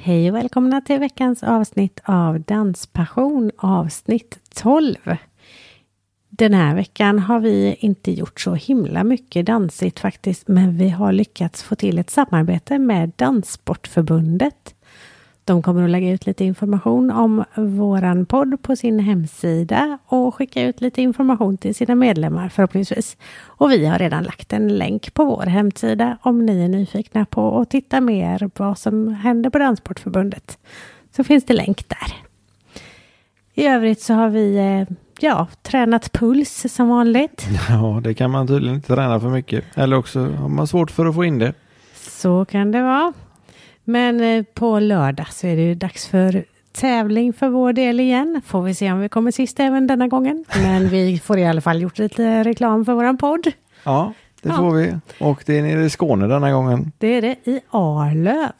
Hej och välkomna till veckans avsnitt av Danspassion, avsnitt 12. Den här veckan har vi inte gjort så himla mycket dansigt faktiskt, men vi har lyckats få till ett samarbete med Danssportförbundet. De kommer att lägga ut lite information om våran podd på sin hemsida och skicka ut lite information till sina medlemmar förhoppningsvis. Och vi har redan lagt en länk på vår hemsida om ni är nyfikna på att titta mer på vad som händer på Danssportförbundet. Så finns det länk där. I övrigt så har vi tränat puls som vanligt. Ja, det kan man tydligen inte träna för mycket. Eller också har man svårt för att få in det. Så kan det vara. Men på lördag så är det ju dags för tävling för vår del igen. Får vi se om vi kommer sist även denna gången. Men vi får i alla fall gjort lite reklam för våran podd. Ja, det får vi. Och det är nere i Skåne denna gången. Det är det i Arlöv.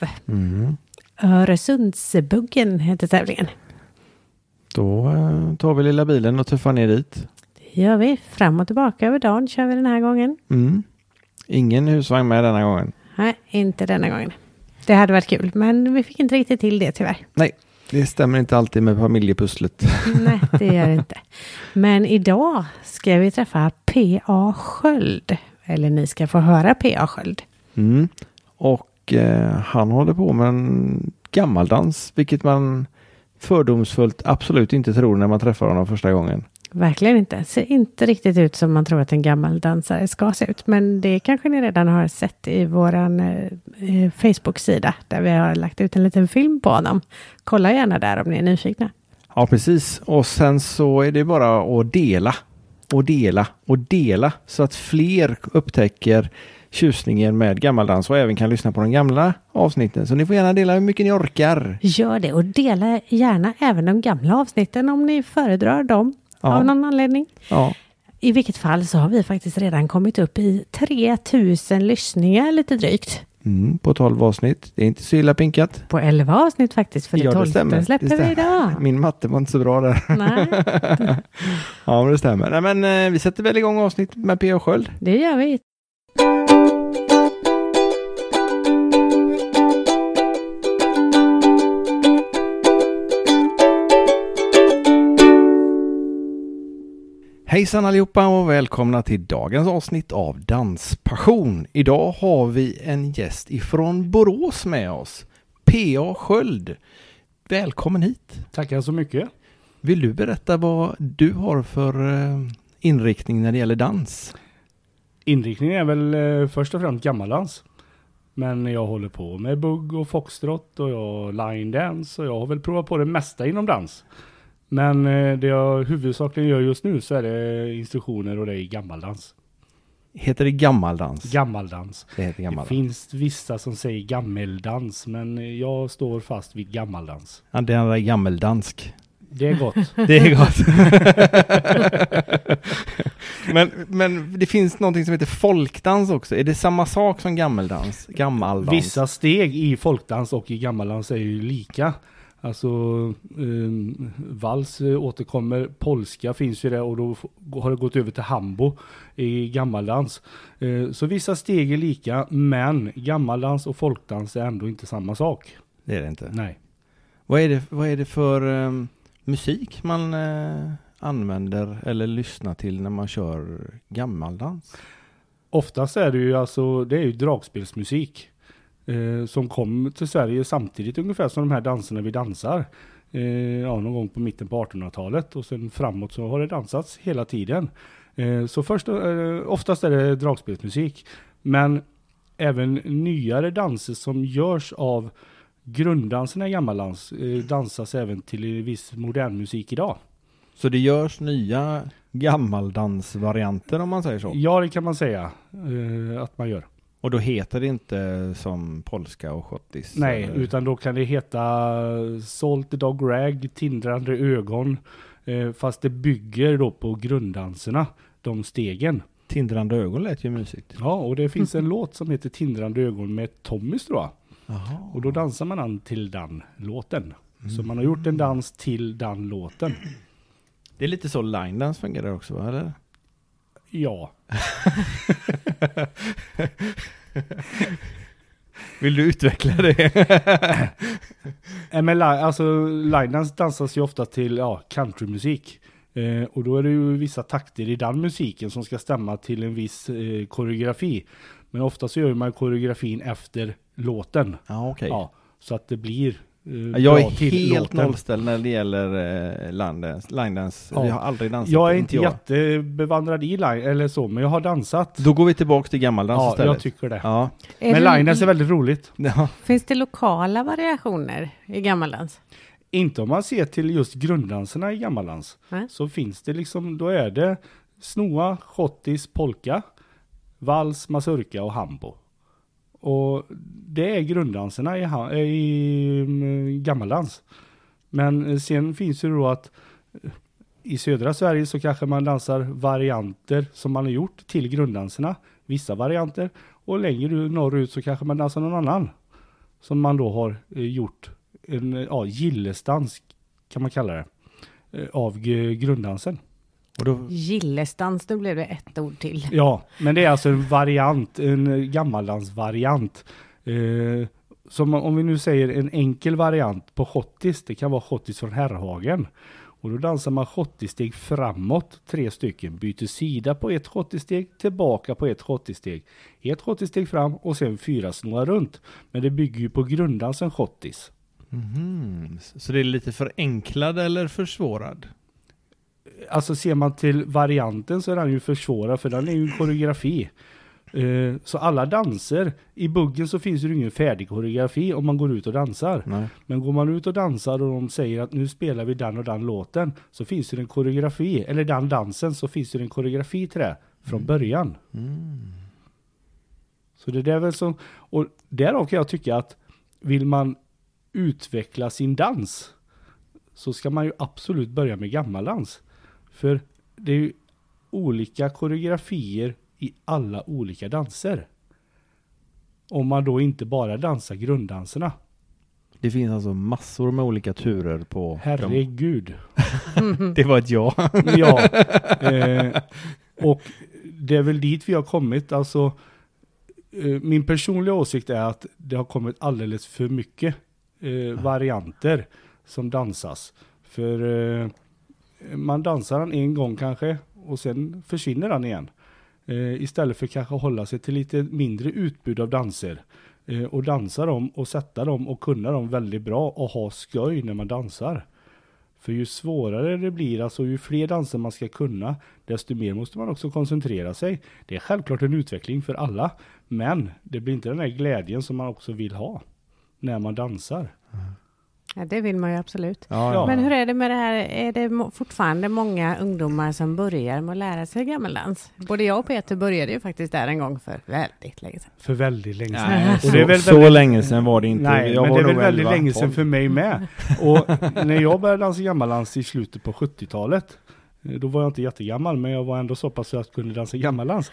Öresundsbuggen heter tävlingen. Då tar vi lilla bilen och tuffar ner dit. Det gör vi. Fram och tillbaka över dagen kör vi den här gången. Ingen husvagn med denna gången. Nej, inte denna gången. Det hade varit kul, men vi fick inte riktigt till det tyvärr. Nej, det stämmer inte alltid med familjepusslet. Nej, det gör det inte. Men idag ska vi träffa P.A. Sköld. Eller ni ska få höra P.A. Sköld. Och han håller på med en gammaldans, vilket man fördomsfullt absolut inte tror när man träffar honom första gången. Verkligen inte. Ser inte riktigt ut som man tror att en gammal dansare ska se ut. Men det kanske ni redan har sett i våran Facebook-sida. Där vi har lagt ut en liten film på honom. Kolla gärna där om ni är nyfikna. Ja, precis. Och sen så är det bara att dela. Och dela. Och dela. Så att fler upptäcker tjusningen med gammaldans. Och även kan lyssna på de gamla avsnitten. Så ni får gärna dela hur mycket ni orkar. Gör det. Och dela gärna även de gamla avsnitten om ni föredrar dem. Ja. Av någon anledning. Ja. I vilket fall så har vi faktiskt redan kommit upp i 3000 lyssningar lite drygt. På 12 avsnitt. Det är inte så illa pinkat. På 11 avsnitt faktiskt. För det 12 släpper vi idag. Min matte var inte så bra där. Nej. Ja, men det stämmer. Nej, men vi sätter väl igång avsnitt med P.A. Sköld. Det gör vi. Hejsan allihopa och välkomna till dagens avsnitt av Danspassion. Idag har vi en gäst ifrån Borås med oss, P.A. Sköld. Välkommen hit. Tackar så mycket. Vill du berätta vad du har för inriktning när det gäller dans? Inriktningen är väl först och främst gammaldans. Men jag håller på med bugg och foxtrot och jag line dance och jag har väl provat på det mesta inom dans. Men det jag huvudsakligen gör just nu så är det instruktioner och det är gammaldans. Heter det gammaldans? Gammaldans. Det heter gammaldans. Det finns vissa som säger gammeldans, men jag står fast vid gammaldans. Ja, det är gammeldansk. Det är gott. Det är gott. men det finns någonting som heter folkdans också. Är det samma sak som gammaldans? Gammaldans? Vissa steg i folkdans och i gammaldans är ju lika. Alltså vals återkommer, polska finns ju där och då har det gått över till hambo i gammaldans. Så vissa steg är lika, men gammaldans och folkdans är ändå inte samma sak. Det är det inte. Nej. Vad är det för musik man använder eller lyssnar till när man kör gammaldans? Oftast är det ju det är ju dragspelsmusik. Som kom till Sverige samtidigt ungefär som de här danserna vi dansar. Någon gång på mitten på 1800-talet och sen framåt så har det dansats hela tiden. Så oftast är det dragspelsmusik. Men även nyare danser som görs av grunddanserna i gammaldans dansas även till viss modern musik idag. Så det görs nya gammaldansvarianter om man säger så? Ja, det kan man säga att man gör. Och då heter det inte som polska och schottis? Nej, eller? Utan då kan det heta Salt the Dog Rag, Tindrande ögon. Fast det bygger då på grunddanserna, de stegen. Tindrande ögon lät ju mysigt. Ja, och det finns en låt som heter Tindrande ögon med Tommys tror jag. Aha. Och då dansar man an till den låten. Så man har gjort en dans till den låten. Det är lite så line dance fungerar också, va? Eller? Ja. Vill du utveckla det? Men alltså linedance dansas ju ofta till countrymusik. Och då är det ju vissa takter i den musiken som ska stämma till en viss koreografi. Men ofta så gör man koreografin efter låten. Ja, okej. Ja, så att det blir jag bra är till helt låten. nollställd när det gäller linedance. Ja. Jag har aldrig dansat. Jag är inte jättebevandrad i line eller så, men jag har dansat. Då går vi tillbaka till gammaldans istället. Ja, jag tycker det. Ja. Men linedance är väldigt roligt. Ja. Finns det lokala variationer i gammaldans? Inte om man ser till just grunddanserna i gammaldans. Så finns det liksom, då är det snoa, schottis, polka, vals, mazurka och hambo. Och det är grunddanserna i gammaldans. Men sen finns det då att i södra Sverige så kanske man dansar varianter som man har gjort till grunddanserna. Vissa varianter. Och längre norrut så kanske man dansar någon annan. Som man då har gjort en gillesdans kan man kalla det. Av grunddansen. Och då, gillesdans, nu blev det ett ord till. Ja, men det är alltså en variant, en gammaldansvariant. Som om vi nu säger en enkel variant på schottis, det kan vara schottis från Herrhagen. Och då dansar man schottisteg framåt, 3 stycken, byter sida på ett schottisteg, tillbaka på ett schottisteg. Ett schottisteg fram och sen 4 snurrar runt. Men det bygger ju på grunddansen schottis. Så det är lite förenklad eller försvårad? Alltså ser man till varianten så är den ju försvårad för den är ju en koreografi. Så alla danser, i buggen så finns det ju ingen färdig koreografi om man går ut och dansar. Nej. Men går man ut och dansar och de säger att nu spelar vi den och den låten, så finns det en koreografi, eller den dansen, så finns det en koreografi till det från början. Så det är väl så, och därav kan jag tycka att vill man utveckla sin dans så ska man ju absolut börja med gammaldans. För det är ju olika koreografier i alla olika danser. Om man då inte bara dansar grunddanserna. Det finns alltså massor med olika turer på... Herregud. Det var ett ja. Ja. Och det är väl dit vi har kommit. Alltså, min personliga åsikt är att det har kommit alldeles för mycket varianter som dansas. För man dansar den en gång kanske och sen försvinner den igen. Istället för kanske hålla sig till lite mindre utbud av danser. Och dansa dem och sätta dem och kunna dem väldigt bra och ha skoj när man dansar. För ju svårare det blir, alltså ju fler danser man ska kunna, desto mer måste man också koncentrera sig. Det är självklart en utveckling för alla, men det blir inte den här glädjen som man också vill ha när man dansar. Ja, det vill man ju absolut. Ja. Men hur är det med det här? Är det fortfarande många ungdomar som börjar med att lära sig gammaldans? Både jag och Peter började ju faktiskt där en gång för väldigt länge sedan. För väldigt länge sedan. Nej, och det är väl så länge sedan var det inte. Nej, men det är väl väldigt länge sedan för mig med. Och när jag började dansa gammaldans i slutet på 70-talet, då var jag inte jättegammal, men jag var ändå så pass att jag kunde dansa gammaldans.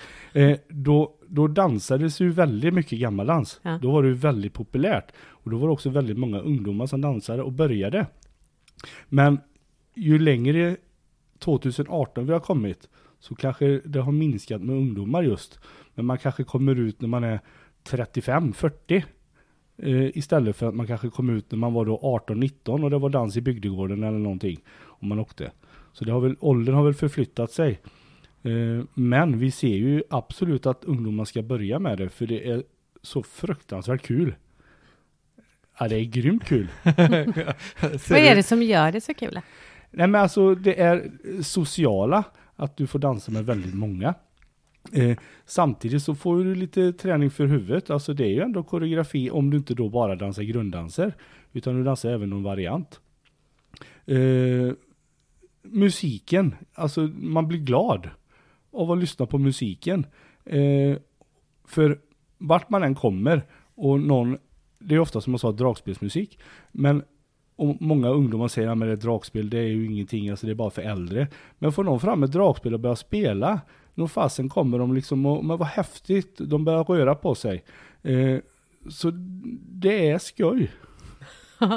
Då dansades ju väldigt mycket gammaldans. Ja. Då var det ju väldigt populärt. Och då var det också väldigt många ungdomar som dansade och började. Men ju längre 2018 vi har kommit, så kanske det har minskat med ungdomar just. Men man kanske kommer ut när man är 35-40. Istället för att man kanske kom ut när man var då 18-19 och det var dans i bygdegården eller någonting. Om man åkte. Så det har väl, åldern har väl förflyttat sig. Men vi ser ju absolut att ungdomar ska börja med det. För det är så fruktansvärt kul. Ja, det är grymt kul. Vad är det som gör det så kul? Nej, men alltså det är sociala. Att du får dansa med väldigt många. Samtidigt så får du lite träning för huvudet. Alltså det är ju ändå koreografi om du inte då bara dansar grunddanser. Utan du dansar även någon variant. Musiken. Alltså man blir glad av att lyssna på musiken. För vart man än kommer och någon, det är ofta som man sa dragspelsmusik, men och många ungdomar säger att det dragspel, det är ju ingenting, alltså det är bara för äldre. Men får någon fram ett dragspel och börjar spela, då fasen kommer de liksom och, men vad häftigt, de börjar röra på sig. Så det är skoj.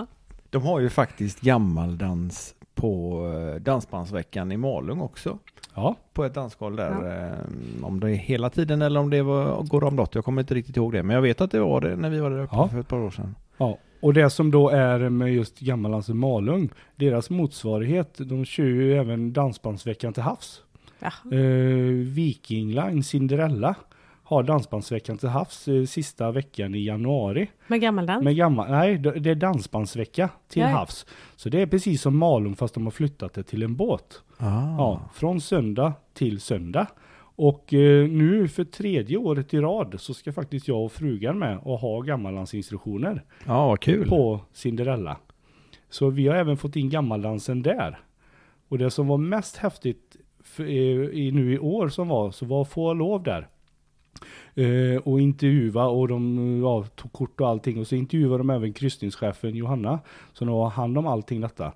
De har ju faktiskt gammaldans på Dansbandsveckan i Malung också. Ja. På ett dansgolv där. Om det är hela tiden eller om det går omlott. Jag kommer inte riktigt ihåg det. Men jag vet att det var det när vi var där uppe för ett par år sedan. Ja, och det som då är med just Gammaldansen Malung, deras motsvarighet, de kör ju även Dansbandsveckan till havs. Viking Line, Cinderella har Dansbandsveckan till havs sista veckan i januari. Med gammaldans? Nej, det är Dansbandsvecka till havs. Så det är precis som Malung fast de har flyttat det till en båt. Ja, från söndag till söndag. Och nu för 3:e året i rad så ska faktiskt jag och frugan med och ha gammaldansinstruktioner. Ja, vad kul. På Cinderella. Så vi har även fått in gammaldansen där. Och det som var mest häftigt nu i år så var att få lov där. Och intervjua och de tog kort och allting. Och så intervjuade de även kryssningschefen Johanna. Så de har hand om allting detta.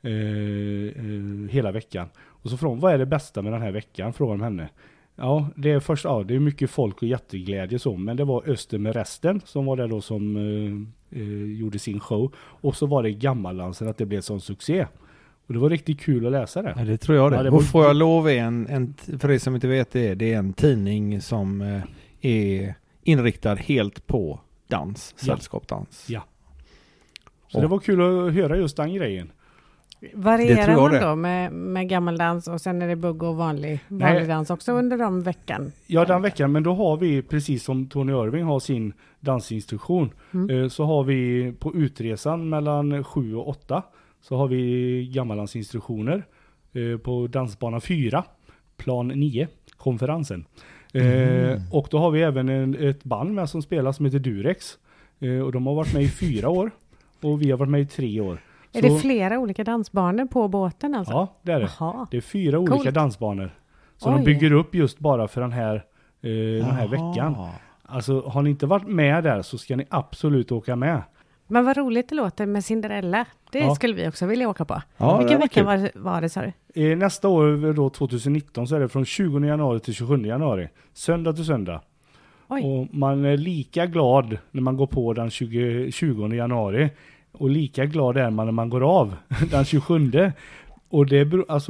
Hela veckan. Och så från vad är det bästa med den här veckan? Frågar de henne. Ja, det är först, det är mycket folk och jätteglädje så, men det var Öster med resten som var där då som gjorde sin show. Och så var det gammaldansen att det blev sån succé. Och det var riktigt kul att läsa det. Ja, det tror jag det. Ja, och får jag lov för er som inte vet det är en tidning som är inriktad helt på dans, sällskapsdans. Ja. Så det var kul att höra just den grejen. Varierar man då med gammaldans och sen är det bugg och vanlig dans också under de veckan? Ja, den veckan, men då har vi precis som Tony Irving har sin dansinstruktion så har vi på utresan mellan 7 och 8 så har vi gammaldansinstruktioner på dansbana 4, plan 9, konferensen. Och då har vi även ett band med som spelar som heter Durex och de har varit med i 4 år och vi har varit med i 3 år. Är det flera olika dansbanor på båten alltså? Ja, det är det. Aha. Det är 4 olika dansbanor. Så de bygger upp just bara för den här veckan. Alltså har ni inte varit med där så ska ni absolut åka med. Men vad roligt det låter med Cinderella. Det skulle vi också vilja åka på. Ja, vilken vecka var det, sa du? Nästa år då 2019 så är det från 20 januari till 27 januari. Söndag till söndag. Oj. Och man är lika glad när man går på den 20 januari. Och lika glad är man när man går av den 27. Och det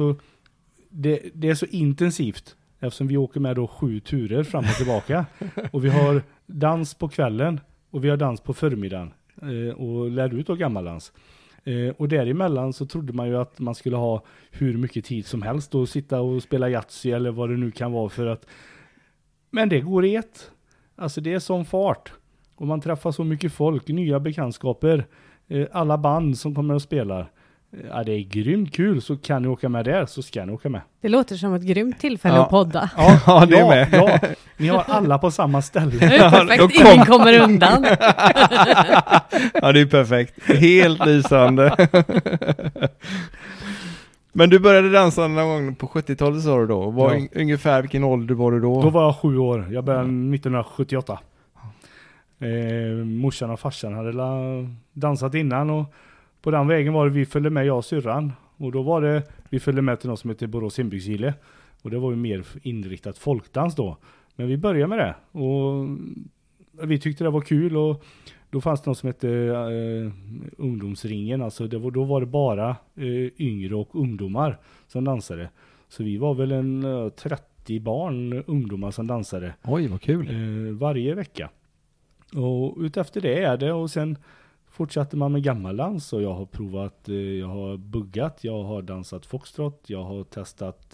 är så intensivt eftersom vi åker med då 7 turer fram och tillbaka. Och vi har dans på kvällen och vi har dans på förmiddagen och lär ut av gammaldans. Och däremellan så trodde man ju att man skulle ha hur mycket tid som helst och sitta och spela Yatzy eller vad det nu kan vara för att. Men det går i ett. Alltså det är sån fart. Och man träffar så mycket folk, nya bekantskaper. Alla band som kommer att spela. Ja, det är grymt kul, så kan ni åka med där så ska ni åka med. Det låter som ett grymt tillfälle att podda. Ja, det är med. Ja, ni har alla på samma ställe. Det är perfekt, ingen kommer undan. Ja, det är perfekt. Helt lysande. Men du började dansa någon gång på 70-talet sa du då. Ungefär vilken ålder var du då? Då var jag 7 år. Jag började 1978. Morsan och farsan hade dansat innan och på den vägen var det vi följde med, jag och syrran. Och då var det, vi följde med till något som heter Borås hembygdsgille. Och det var ju mer inriktat folkdans då. Men vi började med det. Och vi tyckte det var kul och då fanns det något som hette ungdomsringen. Alltså då var det bara yngre och ungdomar som dansade. Så vi var väl en 30 ungdomar som dansade. Oj, vad kul. Varje vecka. Och utefter det är det och sen fortsatte man med gammaldans och jag har provat, jag har buggat, jag har dansat foxtrot, jag har testat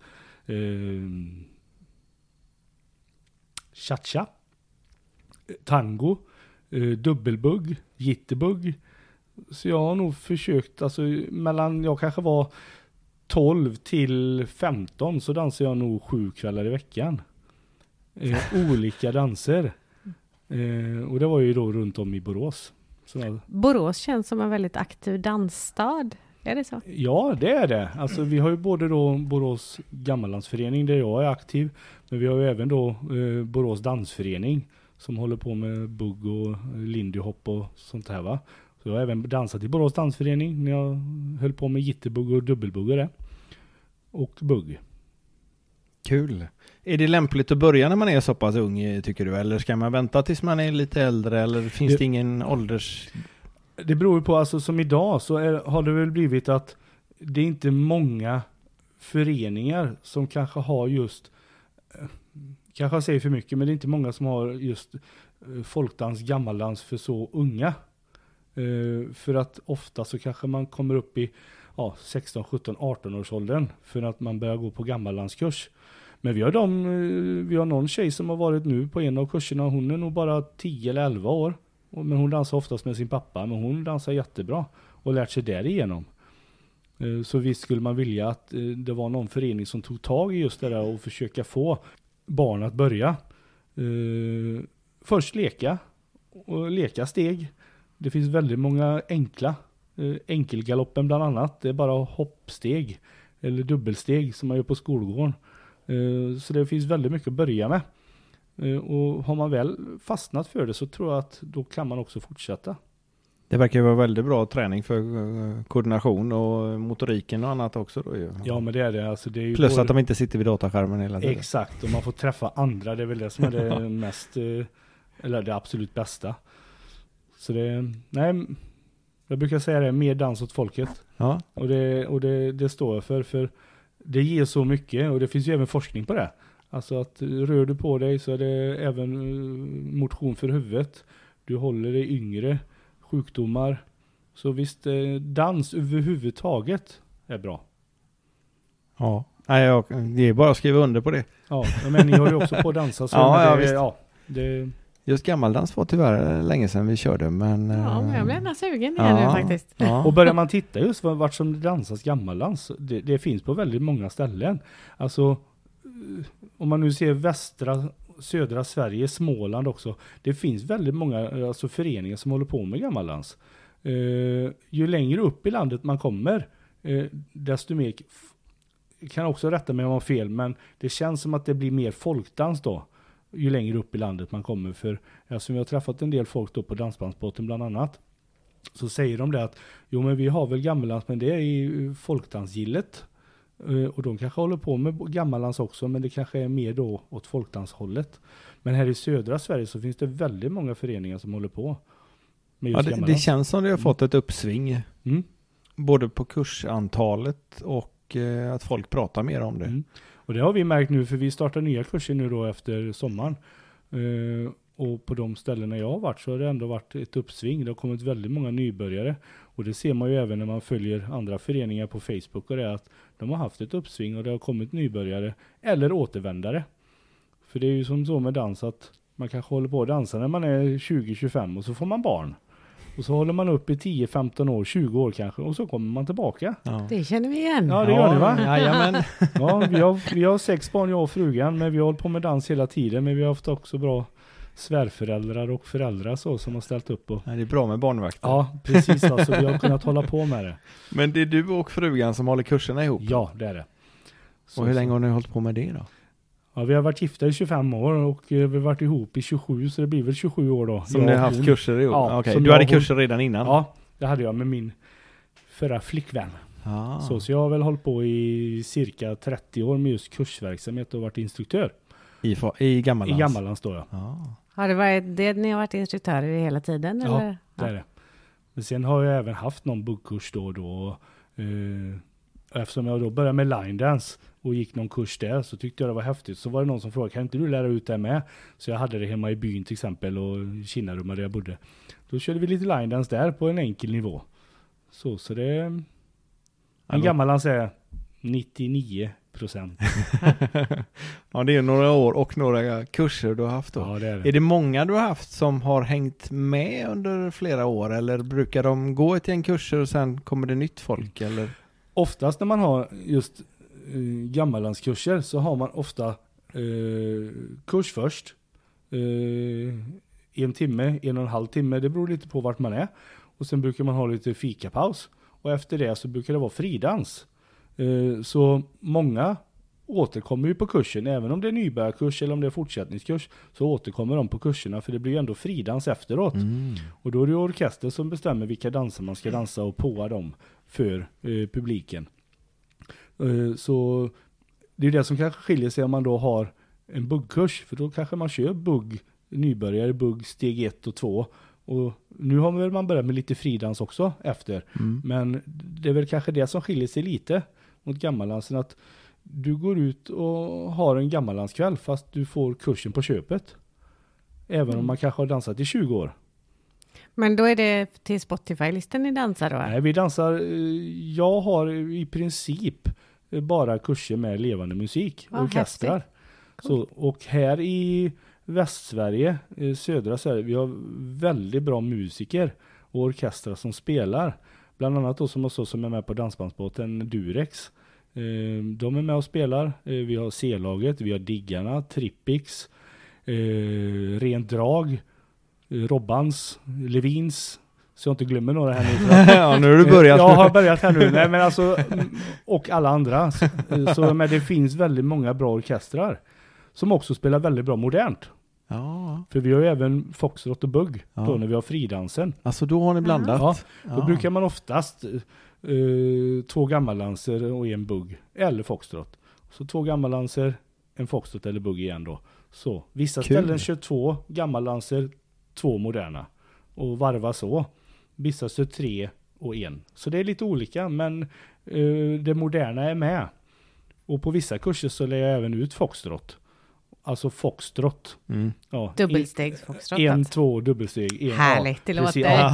cha-cha, tango, dubbelbugg, jitterbugg. Så jag har nog försökt, alltså jag kanske var 12 till 15 så dansar jag nog 7 kvällar i veckan. Olika danser. Och det var ju då runt om i Borås. Borås känns som en väldigt aktiv dansstad. Är det så? Ja, det är det. Alltså vi har ju både då Borås gammaldansförening där jag är aktiv. Men vi har ju även då Borås dansförening som håller på med bugg och lindy hop och sånt här va. Så jag har även dansat i Borås dansförening när jag höll på med jitterbugg och dubbelbugg och bugg. Kul. Är det lämpligt att börja när man är så pass ung tycker du? Eller ska man vänta tills man är lite äldre? Eller finns det ingen ålders... Det beror ju på, alltså som idag så har det väl blivit att det är inte många föreningar som kanske har just, kanske jag säger för mycket, men det är inte många som har just folkdans, gammaldans för så unga. För att ofta så kanske man kommer upp i 16, 17, 18 års åldern för att man börjar gå på gammaldanskurs. Men vi har någon tjej som har varit nu på en av kurserna. Hon är nog bara 10 eller 11 år. Men hon dansar oftast med sin pappa. Men hon dansar jättebra och lärt sig därigenom. Så visst skulle man vilja att det var någon förening som tog tag i just det där och försöka få barn att börja. Först leka och leka steg. Det finns väldigt många enkelgaloppen bland annat. Det är bara hoppsteg eller dubbelsteg som man gör på skolgården. Så det finns väldigt mycket att börja med. Och har man väl fastnat för det så tror jag att då kan man också fortsätta. Det verkar ju vara väldigt bra träning för koordination och motoriken och annat också då ju. Ja, men det är det. Alltså, det är ju plus att de inte sitter vid dataskärmen hela tiden. Exakt, och man får träffa andra. Det är väl det som är det mest, eller det absolut bästa. Så jag brukar säga det, mer dans åt folket. Ja. Och det står jag för det ger så mycket, och det finns ju även forskning på det. Alltså att rör du på dig så är det även motion för huvudet. Du håller dig yngre, sjukdomar. Så visst, dans överhuvudtaget är bra. Ja, det är bara att skriva under på det. Ja, men ni har ju också på att dansa. Så visst. Just gammaldans var tyvärr länge sedan vi körde, men... Ja, men jag blir ändå sugen igen nu faktiskt. Ja. Och börjar man titta just vart som det dansas gammaldans, det finns på väldigt många ställen. Alltså, om man nu ser södra Sverige, Småland också, det finns väldigt många föreningar som håller på med gammaldans. Ju längre upp i landet man kommer, desto mer... kan också rätta mig om jag har fel, men det känns som att det blir mer folkdans då. Ju längre upp i landet man kommer. För som jag har träffat en del folk då på Dansbandsbåten bland annat, så säger de det att men vi har väl gammaldans, men det är i folkdansgillet. Och de kanske håller på med gammaldans också, men det kanske är mer då åt folkdanshållet. Men här i södra Sverige så finns det väldigt många föreningar som håller på med just det känns som det har fått ett uppsving. Både på kursantalet och att folk pratar mer om det. Och det har vi märkt nu, för vi startar nya kurser nu då efter sommaren. Och på de ställena jag har varit så har det ändå varit ett uppsving. Det har kommit väldigt många nybörjare. Och det ser man ju även när man följer andra föreningar på Facebook. Och det är att de har haft ett uppsving och det har kommit nybörjare eller återvändare. För det är ju som så med dans att man kanske håller på att dansa när man är 20-25 och så får man barn. Och så håller man upp i 10-15 år, 20 år kanske, och så kommer man tillbaka. Ja. Det känner vi igen. Ja, det gör ni va? Jajamän. Ja, vi har 6 barn, jag och frugan, men vi har hållit på med dans hela tiden. Men vi har haft också bra svärföräldrar och föräldrar som har ställt upp. Och... Ja, det är bra med barnvakter. Ja, precis. Så vi har kunnat hålla på med det. Men det är du och frugan som håller kurserna ihop? Ja, det är det. Och hur länge har ni hållit på med det då? Ja, vi har varit gifta i 25 år och vi har varit ihop i 27, så det blir väl 27 år då. Som ni har haft kurser ihop? Ja, okay. Du hade kurser redan innan? Ja, det hade jag med min förra flickvän. Så jag har väl hållit på i cirka 30 år med just kursverksamhet och varit instruktör. I gammaldans? I gammaldans då, ja. Har det varit det ni har varit instruktörer hela tiden? Ja, eller? Det är det. Men sen har jag även haft någon buggkurs då och då. Eftersom jag då började med line dance och gick någon kurs där, så tyckte jag det var häftigt. Så var det någon som frågade, kan inte du lära ut det med? Så jag hade det hemma i byn till exempel, och Kinnarumma där jag bodde. Då körde vi lite line dance där på en enkel nivå. Så det... En gammaldans är 99%. Ja, det är några år och några kurser du har haft då. Ja, det är det. Är det många du har haft som har hängt med under flera år? Eller brukar de gå till en kurser och sen kommer det nytt folk? Eller? Oftast när man har just gammallandskurser så har man ofta kurs först. 1 timme, 1,5 timme. Det beror lite på vart man är. Och sen brukar man ha lite fikapaus. Och efter det så brukar det vara fridans. Så många återkommer ju på kursen. Även om det är nybörjarkurs eller om det är fortsättningskurs, så återkommer de på kurserna. För det blir ju ändå fridans efteråt. Och då är det orkester som bestämmer vilka danser man ska dansa och påa dem för publiken. Så det är det som kanske skiljer sig om man då har en buggkurs. För då kanske man kör nybörjare, bugg steg 1 och 2. Och nu har väl man börjat med lite fridans också efter. Men det är väl kanske det som skiljer sig lite mot gammaldansen, att Du går ut och har en gammaldanskväll fast du får kursen på köpet. Även om man kanske har dansat i 20 år. Men då är det till Spotify-listan ni dansar då? Nej, vi dansar, jag har i princip bara kurser med levande musik, orkestrar. Så, och här i Västsverige, södra Sverige, vi har väldigt bra musiker och orkestrar som spelar. Bland annat då som är med på dansbandsbåten Durex. De är med och spelar. Vi har C-laget, vi har Diggarna, Trippix, Rent Drag, Robbans, Levins, så jag inte glömmer några här nu. Ja, nu har du börjat. Jag har börjat här nu. Nej, men alltså, och alla andra. Så men det finns väldigt många bra orkestrar som också spelar väldigt bra modernt. Ja. För vi har ju även foxtrot och bugg då när vi har fridansen. Alltså då har ni blandat? Ja, då brukar man oftast 2 gammaldanser och en bugg. Eller foxtrot. Så 2 gammaldanser, en foxtrot eller bugg igen då. Så vissa ställen kör 2 gammaldanser, 2 moderna. Och varva så. Vissa kör 3 och 1. Så det är lite olika, men det moderna är med. Och på vissa kurser så lägger jag även ut foxtrot. Alltså foxtrot. Mm. Ja, Dubbelstegsfoxtrot. 1, 2 dubbelsteg. Härligt, det låter. Ja.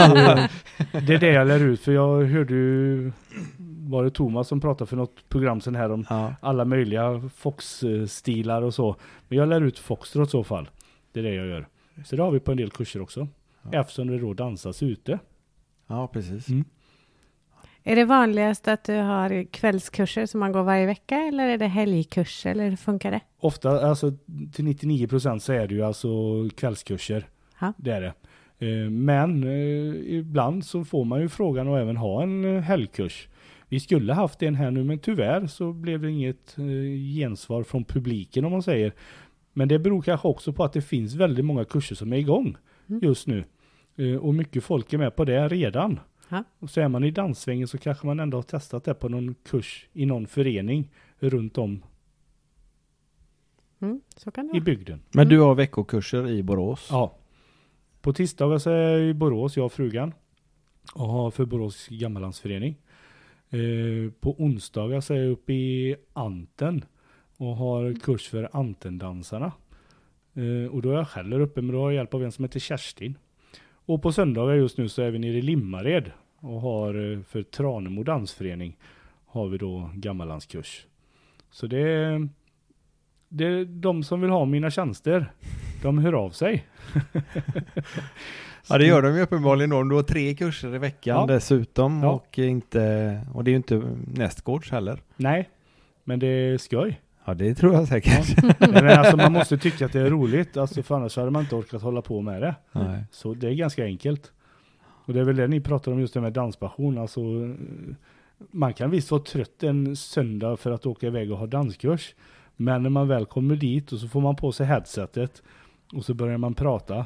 Det är det jag lär ut. För jag hörde ju, var det Thomas som pratade för något program sen här om alla möjliga foxstilar och så. Men jag lär ut foxtrot i så fall. Det är det jag gör. Så det har vi på en del kurser också. Eftersom det då dansas ute. Ja, precis. Mm. Är det vanligast att du har kvällskurser som man går varje vecka, eller är det helgkurser, eller hur funkar det? Ofta, alltså till 99% så är det ju alltså kvällskurser. Ha. Det är det. Men ibland så får man ju frågan att även ha en helgkurs. Vi skulle haft en här nu, men tyvärr så blev det inget gensvar från publiken om man säger. Men det beror kanske också på att det finns väldigt många kurser som är igång just nu. Och mycket folk är med på det redan. Ha. Och så är man i danssvängen så kanske man ändå har testat det på någon kurs i någon förening runt om Så kan det i vara. bygden. Men du har veckokurser i Borås? Ja. På tisdagar så är jag i Borås, jag och frugan. Och har för Borås gammallandsförening. På onsdagar så är jag uppe i Anten. Och har kurs för Antendansarna. Och då är jag själv uppe, men då har jag hjälp av en som heter Kerstin. Och på söndagar just nu så är vi nere i Limmared. Och har för Tranemo dansförening har vi då gammallandskurs. Så det är de som vill ha mina tjänster. De hör av sig. Ja, det gör de ju uppenbarligen då. Du har 3 kurser i veckan dessutom. Ja. Och det är ju inte nästgårds heller. Nej, men det är skoj. Ja, det tror jag säkert. Men alltså, man måste tycka att det är roligt. Alltså, för annars hade man inte orkat hålla på med det. Nej. Så det är ganska enkelt. Och det är väl det ni pratar om just det med danspassion. Alltså, man kan visst vara trött en söndag för att åka iväg och ha danskurs. Men när man väl kommer dit och så får man på sig headsetet och så börjar man prata.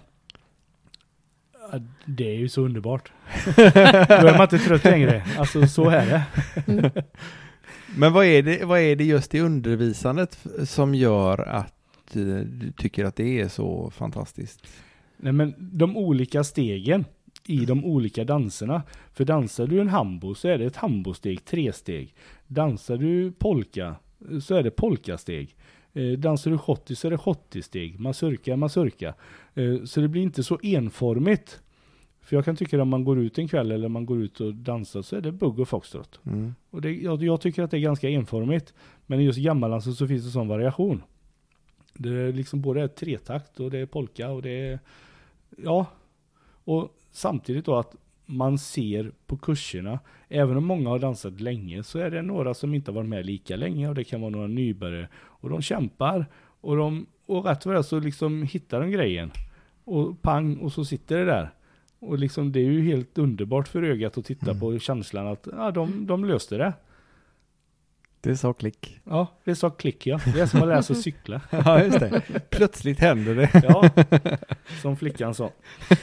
Det är ju så underbart. Då är man inte trött längre. Alltså så är det. Men vad är det just i undervisandet som gör att du tycker att det är så fantastiskt? Nej, men de olika stegen i de olika danserna. För dansar du en hambo så är det ett hambosteg, 3 steg. Dansar du polka så är det polkasteg. Dansar du schotti så är det schottisteg. Mazurka. Så det blir inte så enformigt. För jag kan tycka att om man går ut en kväll eller man går ut och dansar så är det bugg och foxtrot. Mm. Och jag tycker att det är ganska enformigt. Men i just gammaldansen så finns det sån variation. Det är liksom både ett 3-takt och det är polka och det är... Ja. Och samtidigt då att man ser på kurserna, även om många har dansat länge så är det några som inte har varit med lika länge och det kan vara några nybörjare. Och de kämpar och rätt vad det är så liksom hittar de grejen. Och pang och så sitter det där. Och liksom det är ju helt underbart för ögat att titta på känslan att de löste det. Det sa klick. Ja, det sa klick ja. Det är som att lära sig cykla. Ja, just det. Plötsligt händer det. Ja, som flickan sa.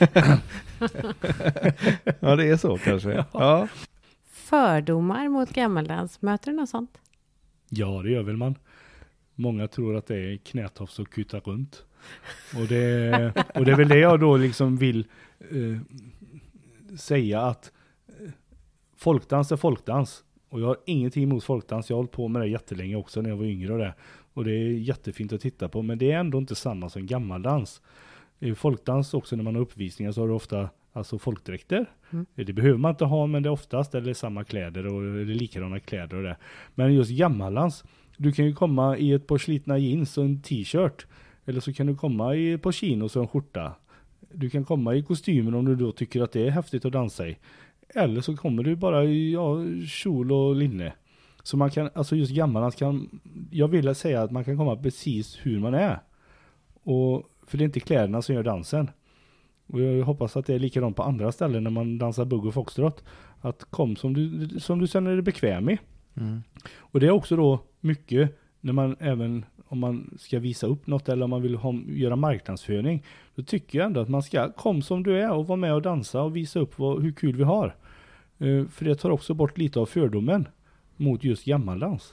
Ja, det är så kanske. Ja. Fördomar mot gammaldans, möter du något sånt? Ja, det gör väl man. Många tror att det är knätofs och kuta runt. Och det är väl det jag då liksom vill säga att folkdans är folkdans. Och jag har ingenting emot folkdans. Jag har hållit på med det jättelänge också när jag var yngre och det. Och det är jättefint att titta på. Men det är ändå inte samma som gammaldans. I folkdans också när man har uppvisningar så har du ofta alltså folkdräkter. Det behöver man inte ha, men det är oftast eller samma kläder och det är likadana kläder och det. Men just gammaldans, du kan ju komma i ett par slitna jeans och en t-shirt. Eller så kan du komma i ett par chinos och en skjorta. Du kan komma i kostymen om du då tycker att det är häftigt att dansa i. Eller så kommer du bara i kjol och linne. Så man kan, alltså just gammaldans kan, jag vill säga att man kan komma precis hur man är. Och, för det är inte kläderna som gör dansen. Och jag hoppas att det är likadant på andra ställen när man dansar bugg och foxtrot. Att kom som du känner dig bekväm i. Och det är också då mycket när man även om man ska visa upp något eller om man vill göra marknadsföring. Då tycker jag ändå att man ska kom som du är och vara med och dansa och visa upp hur kul vi har. För det tar också bort lite av fördomen mot just gammaldans.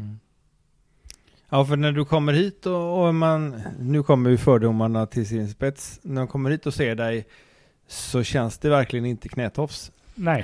Ja, för när du kommer hit och nu kommer ju fördomarna till sin spets. När de kommer hit och ser dig så känns det verkligen inte knätofs. Nej.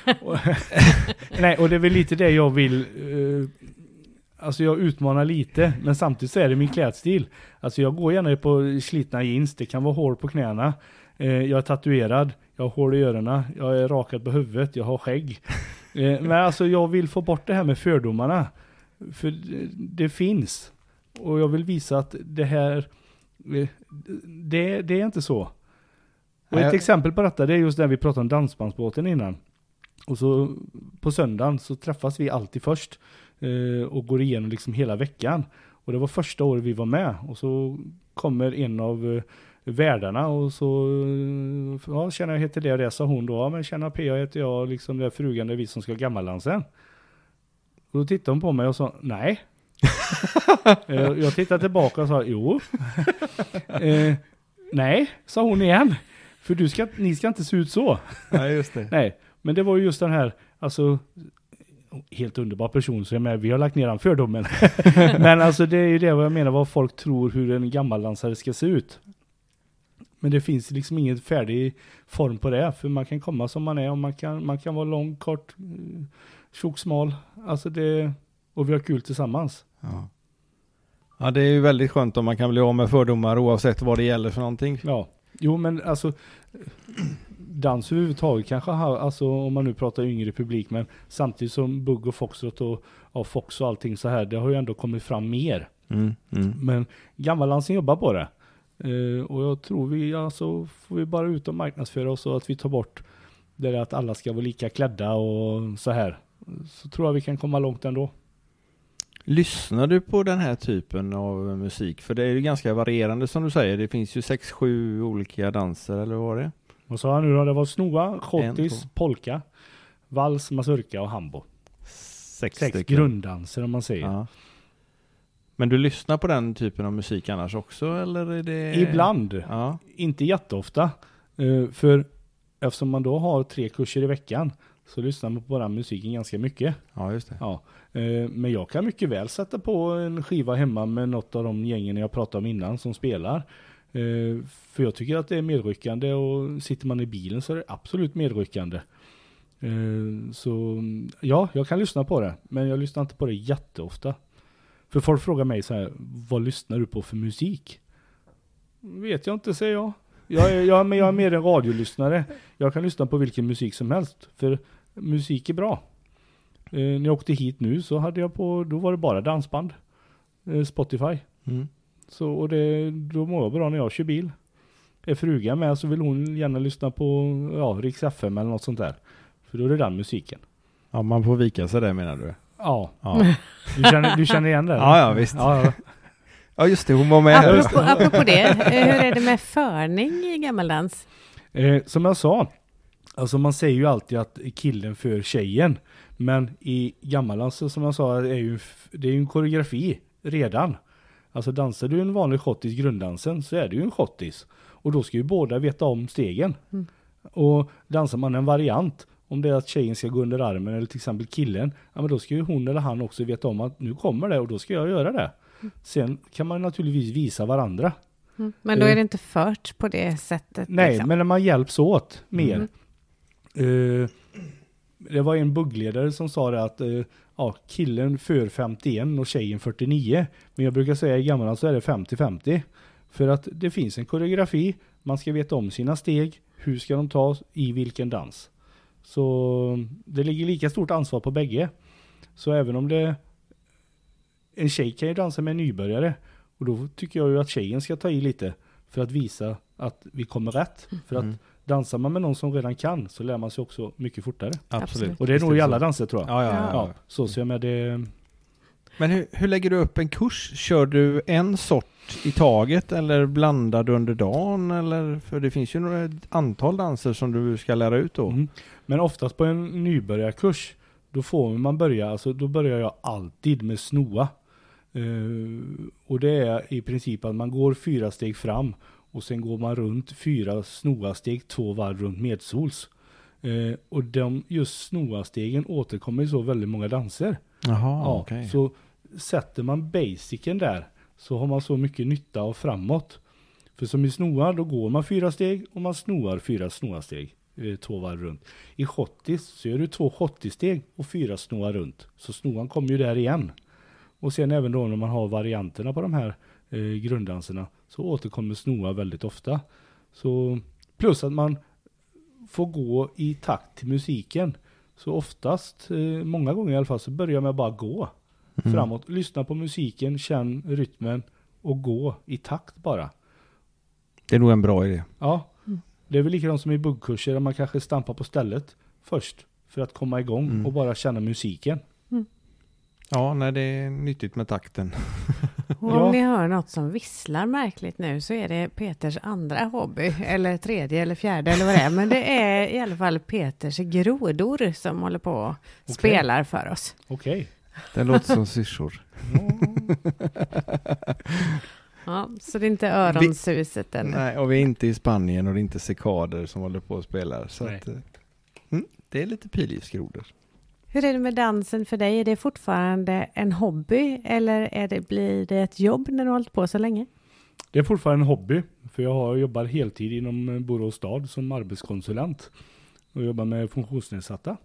Nej, och det är väl lite det jag vill. Alltså jag utmanar lite, men samtidigt så är det min klädstil. Alltså jag går gärna på slitna jeans, det kan vara hår på knäna. Jag är tatuerad, jag har hår i öronen, jag är rakad på huvudet, jag har skägg. Men alltså jag vill få bort det här med fördomarna. För det finns. Och jag vill visa att det här, det är inte så. Och ett exempel på detta, det är just när vi pratade om dansbandsbåten innan. Och så på söndagen så träffas vi alltid först och går igenom liksom hela veckan. Och det var första året vi var med. Och så kommer en av värdarna och så ja, känner jag heter det och det, sa hon då. Ja, men känner P.A. heter jag, liksom det frugan, det är vi som ska gammaldansen. Och då tittade hon på mig och sa, nej. Jag tittade tillbaka och sa, jo. Nej, sa hon igen. För ni ska inte se ut så. Nej, just det. Nej, men det var ju just den här, alltså helt underbar person, så vi har lagt ner den fördomen. Men alltså det är ju det vad jag menar, vad folk tror hur en gammaldansare ska se ut. Men det finns liksom ingen färdig form på det, för man kan komma som man är och man kan vara lång, kort, tjock, smal. Alltså det, och vi har kul tillsammans. Ja. Ja, det är ju väldigt skönt om man kan bli av med fördomar oavsett vad det gäller för någonting. Ja, jo men alltså dans överhuvudtaget kanske alltså om man nu pratar yngre publik, men samtidigt som bugg och foxtrot och fox och allting så här, det har ju ändå kommit fram mer. Men gammaldansen jobbar på det. Och jag tror vi alltså får vi bara ut och marknadsföra oss så att vi tar bort det där att alla ska vara lika klädda och så här. Så tror jag vi kan komma långt ändå. Lyssnar du på den här typen av musik? För det är ju ganska varierande som du säger. Det finns ju 6-7 olika danser, eller vad det är? Vad sa jag nu då? Det var snoa, schottis, polka, vals, mazurka och hambo. 6 grunddanser om man säger. Ja. Men du lyssnar på den typen av musik annars också, eller är det... Ibland. Ja. Inte jätteofta. För eftersom man då har 3 kurser i veckan så lyssnar man på den musiken ganska mycket. Ja, just det. Ja. Men jag kan mycket väl sätta på en skiva hemma med något av de gängen jag pratade om innan som spelar. För jag tycker att det är medryckande, och sitter man i bilen så är det absolut medryckande. Så ja, jag kan lyssna på det, men jag lyssnar inte på det jätteofta. För folk frågar mig så här, vad lyssnar du på för musik? Vet jag inte, säger jag. Men jag är mer en radiolyssnare. Jag kan lyssna på vilken musik som helst, för musik är bra. När jag åkte hit nu så hade jag då var det bara dansband. Spotify. Så, och då mår jag bra när jag kör bil. Är frugan med så vill hon gärna lyssna på Rix FM eller något sånt där. För då är det den musiken. Ja, man får vika sig där, menar du? Ja. Du känner igen det? Ja, visst. Ja, just det, hon var med. Apropå det, hur är det med förning i gammaldans? Som jag sa, alltså man säger ju alltid att killen för tjejen. Men i gammaldans, som jag sa, det är ju en koreografi redan. Alltså dansar du en vanlig schottis grunddansen så är det ju en schottis. Och då ska ju båda veta om stegen. Och dansar man en variant, om det är att tjejen ska gå under armen eller till exempel killen, ja, men då ska ju hon eller han också veta om att nu kommer det och då ska jag göra det. Sen kan man naturligtvis visa varandra. Men då är det inte fört på det sättet? Nej, liksom. men när man hjälps åt mer. det var en buggledare som sa det att killen för 51 och tjejen 49. Men jag brukar säga i gamla så är det 50-50. För att det finns en koreografi, man ska veta om sina steg, hur ska de tas i vilken dans. Så det ligger lika stort ansvar på bägge. Så även om en tjej kan ju dansa med en nybörjare, och då tycker jag ju att tjejen ska ta i lite för att visa att vi kommer rätt. För att dansar man med någon som redan kan så lär man sig också mycket fortare. Absolut. Och det är nog i alla danser tror jag. Ja. Så ser jag med det. Men hur lägger du upp en kurs? Kör du en sort i taget eller blandar du under dagen? Eller, för det finns ju ett antal danser som du ska lära ut då. Men oftast på en nybörjarkurs då då börjar jag alltid med snoa. Och det är i princip att man går 4 steg fram och sen går man runt 4 snoa-steg 2 varv runt medsols. Och just snoa-stegen återkommer i så väldigt många danser. Jaha, okej. Så sätter man basicen där så har man så mycket nytta av framåt. För som i snoa då går man 4 steg och man snoar 4 snoa-steg 2 varv runt. I schottis så gör du 2 schottis-steg och 4 snoar runt. Så snoan kommer ju där igen. Och sen även då när man har varianterna på de här grunddanserna så återkommer snoa väldigt ofta. Så plus att man får gå i takt till musiken. Så oftast, många gånger i alla fall, så börjar man bara gå framåt. Lyssna på musiken, känn rytmen och gå i takt bara. Det är nog en bra idé. Ja, det är väl likadant som i buggkurser där man kanske stampar på stället först för att komma igång och bara känna musiken. Ja, nej, det är nyttigt med takten. Och om ni hör något som visslar märkligt nu så är det Peters andra hobby, eller tredje eller fjärde eller vad det är. Men det är i alla fall Peters grodor som håller på och spelar för oss. Okej. Det låter som syrsor. Ja, så det är inte öronsuset ännu. Nej, och vi är inte i Spanien och det är inte cikader som håller på och spelar. Så att, det är lite pilgiftsgrodor. Hur är det med dansen för dig? Är det fortfarande en hobby eller blir det ett jobb när du har hållit på så länge? Det är fortfarande en hobby, för jag jobbar heltid inom Borås stad som arbetskonsulent och jobbar med funktionsnedsatta.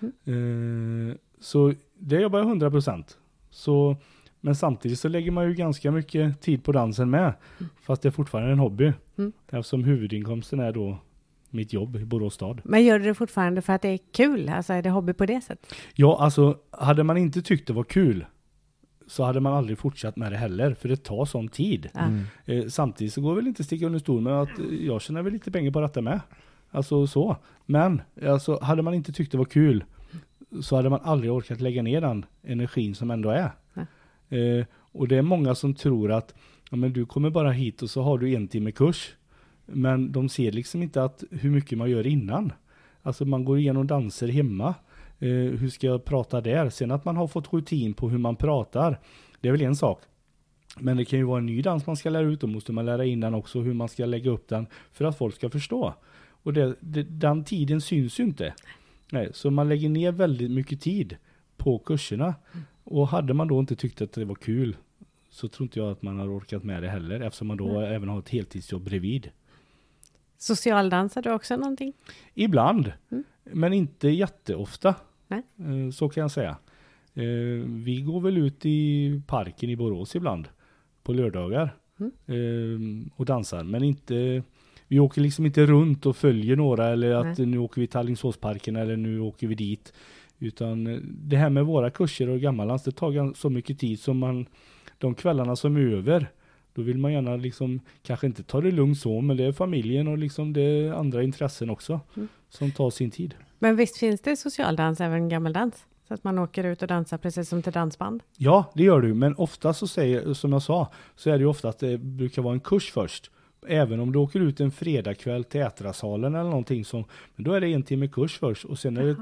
Så det jobbar jag 100%. Men samtidigt så lägger man ju ganska mycket tid på dansen med, fast det är fortfarande en hobby. Eftersom huvudinkomsten är då mitt jobb i Borås stad. Men gör du det fortfarande för att det är kul? Alltså är det hobby på det sättet? Ja, alltså hade man inte tyckt det var kul så hade man aldrig fortsatt med det heller, för det tar sån tid. Samtidigt så går väl inte sticka under stol med att jag tjänar väl lite pengar på detta med. Alltså så. Men alltså, hade man inte tyckt det var kul så hade man aldrig orkat lägga ner den energin som ändå är. Och det är många som tror att men du kommer bara hit och så har du 1 timme kurs. Men de ser liksom inte hur mycket man gör innan. Alltså man går igenom danser hemma. Hur ska jag prata där? Sen att man har fått rutin på hur man pratar. Det är väl en sak. Men det kan ju vara en ny dans man ska lära ut. Då måste man lära in den också. Hur man ska lägga upp den. För att folk ska förstå. Och den tiden syns ju inte. Nej, så man lägger ner väldigt mycket tid på kurserna. Och hade man då inte tyckt att det var kul så tror inte jag att man har orkat med det heller. Eftersom man då även har ett heltidsjobb bredvid. Socialdansar du också någonting? Ibland, men inte jätteofta. Nej. Så kan jag säga. Vi går väl ut i parken i Borås ibland på lördagar och dansar. Men inte, vi åker liksom inte runt och följer några eller att nu åker vi till Alingsåsparken eller nu åker vi dit. Utan det här med våra kurser och gammaldans, det tar så mycket tid som de kvällarna som är över. Då vill man gärna liksom, kanske inte ta det lugnt så, men det är familjen och liksom det är andra intressen också som tar sin tid. Men visst finns det socialdans även gammeldans? Så att man åker ut och dansar precis som till dansband? Ja, det gör du. Men ofta så som jag sa, så är det ju ofta att det brukar vara en kurs först. Även om du åker ut en fredagkväll till Ätrasalen eller någonting som, men då är det 1 timme kurs först och sen är det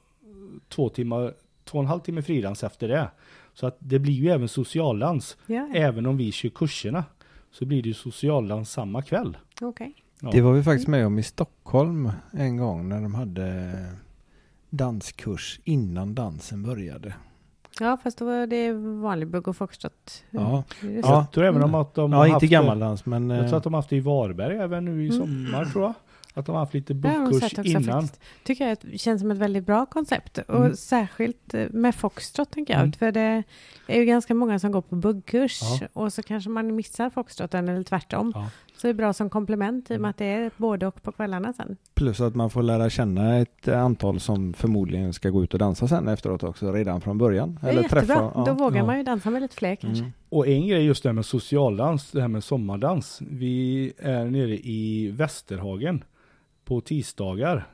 2,5 timme fridans efter det. Så att det blir ju även socialdans. Ja. Även om vi kör kurserna så blir det ju socialdans samma kväll. Okay. Ja. Det var vi faktiskt med om i Stockholm en gång när de hade danskurs innan dansen började. Ja, fast då var det vanlig bugg och foxtrot. Ja. Jag tror även om att de har inte gammaldans, men jag tror att de har haft det i Varberg även nu i sommar tror jag. Att de har haft lite Det har jag nog bokkurs sett också innan. faktiskt. Tycker jag att det känns som ett väldigt bra koncept. Och särskilt med foxtrot tänker jag. För det är ju ganska många som går på buggkurs. Ja. Och så kanske man missar foxtroten eller tvärtom. Ja. Så det är bra som komplement i och med att det är både och på kvällarna sen. Plus att man får lära känna ett antal som förmodligen ska gå ut och dansa sen efteråt också, redan från början. Det är jättebra. Då vågar Ja. man ju dansa med lite fler kanske. Och en grej just det här med socialdans, det här med sommardans. Vi är nere i Västerhagen på tisdagar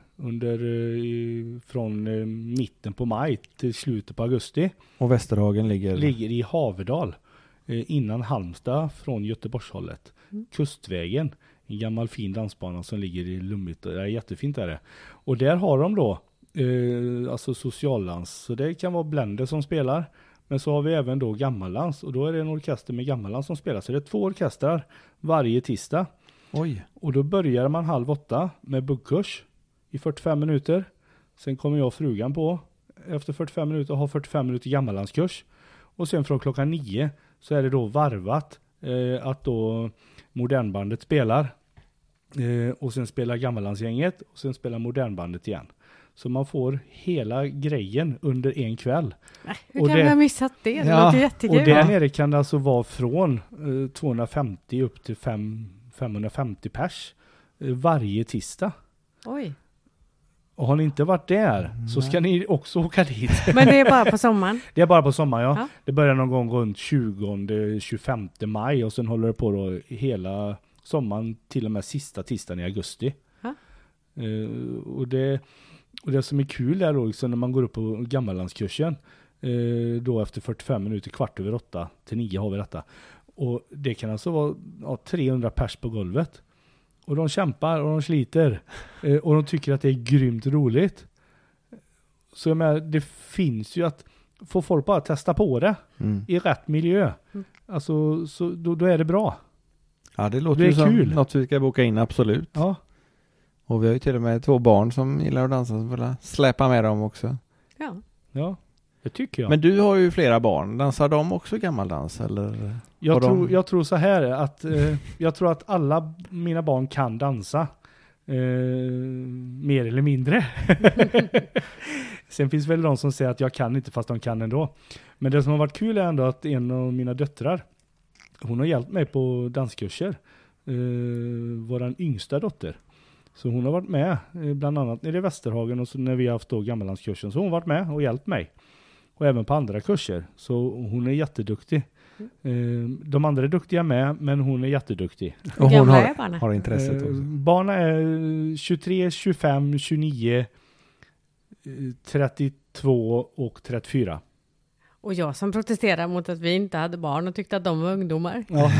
från mitten på maj till slutet på augusti. Och Västerhagen ligger Ligger i Haverdal innan Halmstad från Göteborgshållet. Kustvägen, en gammal fin dansbana som ligger i Lummit. Det är jättefint är det. Och där har de då alltså socialdans. Så det kan vara Blender som spelar. Men så har vi även då gammaldans. Och då är det en orkester med gammaldans som spelar. Så det är 2 orkestrar varje tisdag. Oj. Och då börjar man 7:30 med buggkurs i 45 minuter. Sen kommer jag och frugan på efter 45 minuter och har 45 minuter gammallandskurs. Och sen från klockan 9 så är det då varvat att då modernbandet spelar. Och sen spelar gammallandsgänget och sen spelar modernbandet igen. Så man får hela grejen under en kväll. Hur kan vi ha missat det? Det låter jättekul. Och där nere kan det alltså vara från 250 upp till 550 pers varje tisdag. Oj. Och har ni inte varit där så ska ni också åka dit. Men det är bara på sommaren? Det är bara på sommaren, ja. Ja. Det börjar någon gång runt 20-25 maj och sen håller det på då hela sommaren till och med sista tisdagen i augusti. Ja. Och det som är kul är då liksom när man går upp på gammallandskursen då efter 45 minuter, 7:15 till 9 har vi detta. Och det kan alltså vara 300 pers på golvet. Och de kämpar och de sliter. Och de tycker att det är grymt roligt. Så jag menar, det finns ju att få folk bara testa på det i rätt miljö. Alltså, så då är det bra. Ja, det låter Det är ju som kul. något vi ska boka in, absolut. Ja. Och vi har ju till och med 2 barn som gillar att dansa, så får jag släppa med dem också. Ja, det tycker jag. Men du har ju flera barn. Dansar de också gammaldans? Eller? Jag tror så här att jag tror att alla mina barn kan dansa. Mer eller mindre. Sen finns väl de som säger att jag kan inte fast de kan ändå. Men det som har varit kul är ändå att en av mina döttrar, hon har hjälpt mig på danskurser. Våran yngsta dotter. Så hon har varit med bland annat nere i Västerhagen och så när vi har haft då gammallandskursen så har hon varit med och hjälpt mig. Och även på andra kurser. Så hon är jätteduktig. De andra är duktiga med, men hon är jätteduktig. Och hon gamla är barnen? har intresset också. Barnen är 23, 25, 29, 32 och 34. Och jag som protesterar mot att vi inte hade barn och tyckte att de var ungdomar. Ja.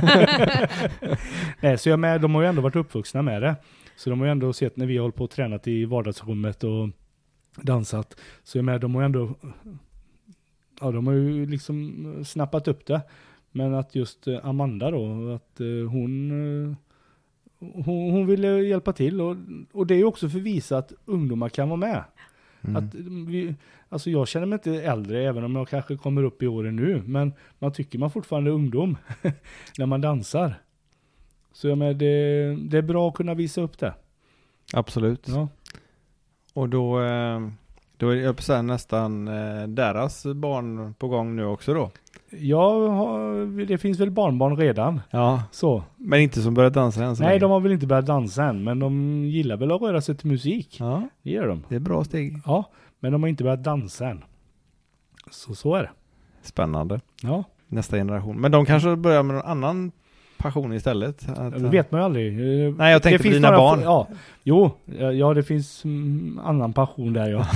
Nej, så de har ju ändå varit uppvuxna med det. Så de har ju ändå sett när vi har hållit på och tränat i vardagsrummet och dansat. Så de har ju ändå... Ja, de har ju liksom snappat upp det. Men att just Amanda då, att hon ville hjälpa till. Och det är ju också för att visa att ungdomar kan vara med. Att alltså jag känner mig inte äldre även om jag kanske kommer upp i åren nu. Men man tycker man fortfarande är ungdom när man dansar. Så jag menar, det är bra att kunna visa upp det. Absolut. Ja. Och då är jag på så nästan deras barn på gång nu också då. Ja, det finns väl barnbarn redan. Ja, Så. men inte som börjat dansa än så Nej, länge. de har väl inte börjat dansa än, men de gillar väl att röra sig till musik. Ja, Det gör de. det är bra steg. Ja, men de har inte börjat dansa än. Så är det. Spännande. Ja, Nästa generation. Men de kanske börjar med någon annan passion istället. det vet man ju aldrig. Nej, jag tänkte Det på finns dina några- barn. Ja, jo, ja, det finns annan passion där, ja.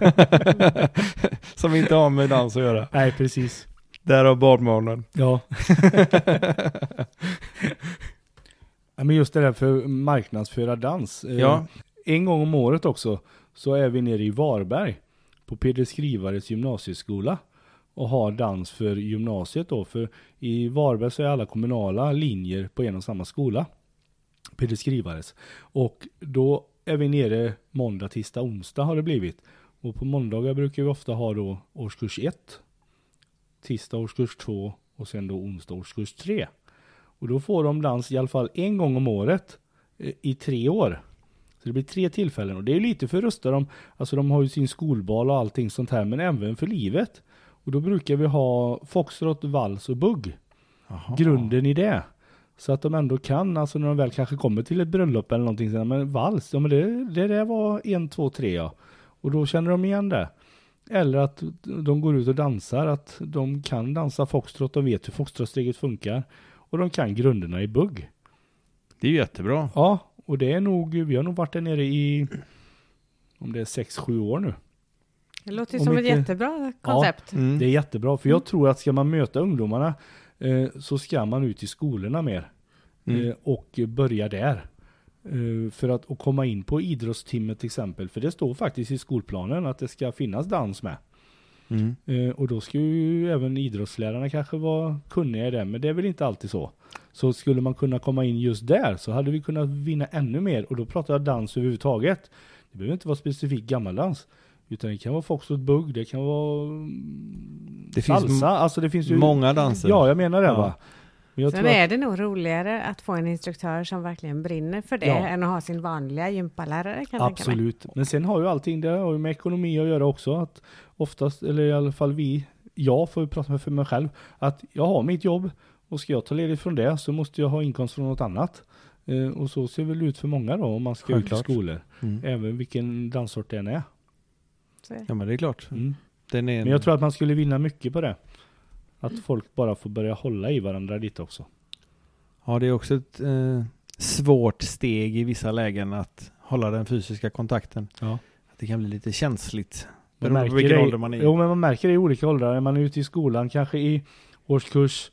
Som inte har med dans att göra. Nej, precis. Därav barnbarnen. Ja. Ja, men just det där för marknadsföra dans. Ja. En gång om året också så är vi nere i Varberg på Peder Skrivares gymnasieskola och har dans för gymnasiet då. För i Varberg så är alla kommunala linjer på en och samma skola. Peder Skrivares. Och då är vi nere måndag, tisdag, onsdag har det blivit. Och på måndagar brukar vi ofta ha då årskurs 1, tisdag årskurs 2 och sen då onsdag årskurs 3. Och då får de dans i alla fall en gång om året i 3 år. Så det blir 3 tillfällen och det är lite för att rusta dem. Alltså de har ju sin skolbal och allting sånt här, men även för livet. Och då brukar vi ha foxtrot, vals och bugg. Jaha. Grunden i det. Så att de ändå kan, alltså när de väl kanske kommer till ett bröllop eller någonting sådär, men vals, ja men det där var 1, 2, 3 ja. Och då känner de igen det. Eller att de går ut och dansar, att de kan dansa foxtrot, de vet hur foxtrotsteget funkar. Och de kan grunderna i bugg. Det är ju jättebra. Ja, och det är nog, vi har nog varit där nere i, om det är 6-7 år nu. Det låter ju Om som inte- ett jättebra koncept. Mm. Det är jättebra, för jag tror att ska man möta ungdomarna så ska man ut i skolorna mer. Och börja där. För att och komma in på idrottstimmet till exempel. För det står faktiskt i skolplanen att det ska finnas dans med. Mm. Och då ska ju även idrottslärarna kanske vara kunniga i det. Men det är väl inte alltid så. Så skulle man kunna komma in just där så hade vi kunnat vinna ännu mer. Och då pratar jag dans överhuvudtaget. Det behöver inte vara specifikt gammaldans. Utan det kan vara foxtrot, bugg, det kan vara Det finns salsa. Alltså det finns ju många danser. Ja, jag menar det Ja. va. Men jag Sen tror att- är det nog roligare att få en instruktör som verkligen brinner för det Ja. än att ha sin vanliga gympalärare kan jag tänka mig. Absolut. Men sen har ju allting det har ju med ekonomi att göra också. Att oftast, eller i alla fall jag får ju prata för mig själv, att jag har mitt jobb och ska jag ta ledigt från det så måste jag ha inkomst från något annat. Och så ser det väl ut för många då om man ska ut i Självklart. skolor. Mm. Även vilken danssort den är. Så, Ja, men det är klart. Mm. Den är Men jag tror att man skulle vinna mycket på det. Att folk bara får börja hålla i varandra lite också. Ja, det är också ett svårt steg i vissa lägen att hålla den fysiska kontakten. Ja. Att det kan bli lite känsligt. Man Beroende på vilken det, ålder man är i. Jo, men man märker det i olika åldrar. Är man ute i skolan, kanske i årskurs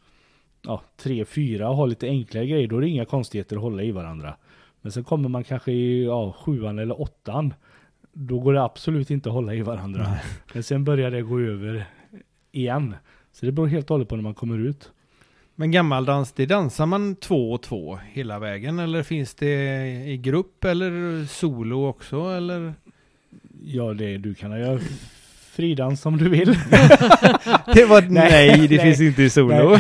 3-4 och har lite enklare grejer, då är det inga konstigheter att hålla i varandra. Men sen kommer man kanske i 7:an eller 8:an, då går det absolut inte att hålla i varandra. Nej. Men sen börjar det gå över igen. Så det beror helt och hållet på när man kommer ut. Men gammaldans, det dansar man 2 och 2 hela vägen? Eller finns det i grupp eller solo också? Eller? Ja, du kan göra fridans om du vill. Det var nej, det nej. finns inte i solo.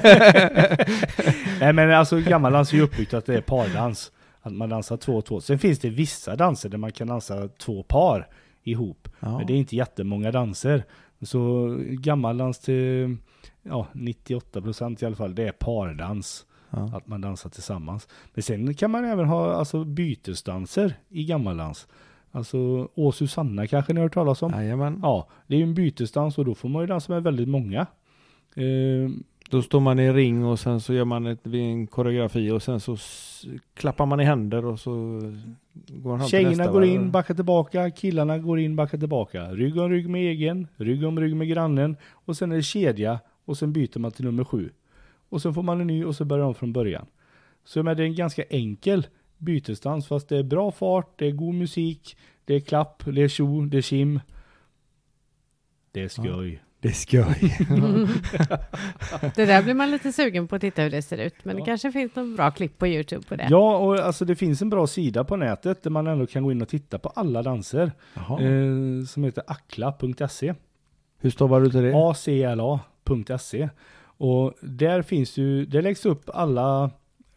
Nej, men alltså gammaldans är ju uppbyggt att det är pardans. Att man dansar 2 och 2. Sen finns det vissa danser där man kan dansa 2 par ihop. Ja. Men det är inte jättemånga danser. Så gammaldans till 98% i alla fall, det är pardans. Ja. Att man dansar tillsammans. Men sen kan man även ha alltså, bytesdanser i gammaldans. Alltså Susanna kanske ni har hört talas om. Jajamän. Ja, det är ju en bytesdans och då får man ju dansa med väldigt många. Då står man i ring och sen så gör man en koreografi och sen så klappar man i händer och så går han till Tjejerna nästa går varv. in, backar tillbaka, killarna går in, backar tillbaka. Rygg om rygg med egen, rygg om rygg med grannen och sen är det kedja och sen byter man till nummer 7. Och sen får man en ny och så börjar de från början. Så det är en ganska enkel bytesdans fast det är bra fart, det är god musik, det är klapp, det är tjo, det är kim. Det är skoj. Det är skoj. Det där blir man lite sugen på att titta hur det ser ut. Men Ja. det kanske finns någon bra klipp på YouTube på det. Ja, och alltså det finns en bra sida på nätet där man ändå kan gå in och titta på alla danser. Jaha. Som heter akla.se. Hur stavar du till det? acla.se. Och där finns ju, där läggs upp alla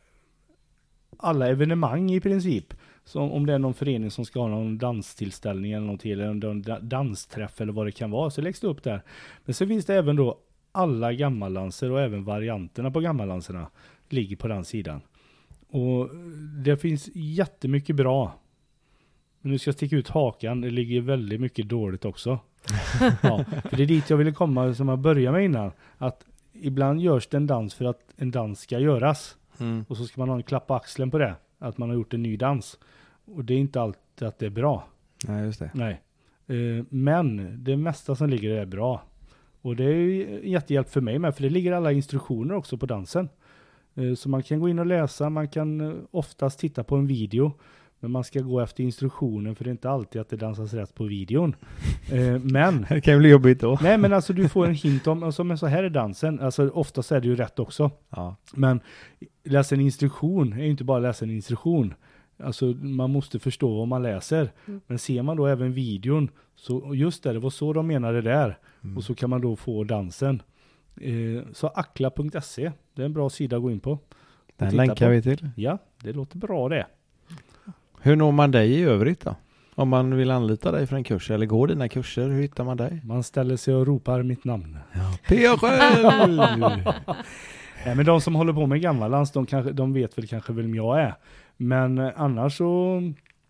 evenemang i princip. Så om det är någon förening som ska ha någon danstillställning eller något eller en dansträff eller vad det kan vara så läggs det upp där. Men så finns det även då alla gammaldanser och även varianterna på gammaldanserna ligger på den sidan. Och det finns jättemycket bra. Men nu ska jag sticka ut hakan, det ligger väldigt mycket dåligt också. Ja, för det är dit jag ville komma som jag började med innan. Att ibland görs det en dans för att en dans ska göras. Mm. Och så ska man ha en klapp på axeln på det. Att man har gjort en ny dans. Och det är inte alltid att det är bra. Nej, just det. Nej. Men det mesta som ligger är bra. Och det är jättehjälp för mig med. För det ligger alla instruktioner också på dansen. Så man kan gå in och läsa. Man kan oftast titta på en video. Men man ska gå efter instruktionen. För det är inte alltid att det dansas rätt på videon. Men Det kan ju bli jobbigt då. nej, men alltså du får en hint om, alltså, men så här är dansen. Alltså oftast är det ju rätt också. Ja. Men läsa en instruktion är ju inte bara läsa en instruktion. Alltså man måste förstå vad man läser. Men ser man då även videon, så just det var så de menade där. Och så kan man då få dansen. Så akla.se, det är en bra sida att gå in på. Den titta länkar på. vi till. Ja, det låter bra det. Hur når man dig i övrigt då? Om man vill anlita dig för en kurs eller går dina kurser, hur hittar man dig? Man ställer sig och ropar mitt namn. Ja. P.A. Sköld! Nej, men de som håller på med gammalans, de vet väl kanske vem jag är. Men annars så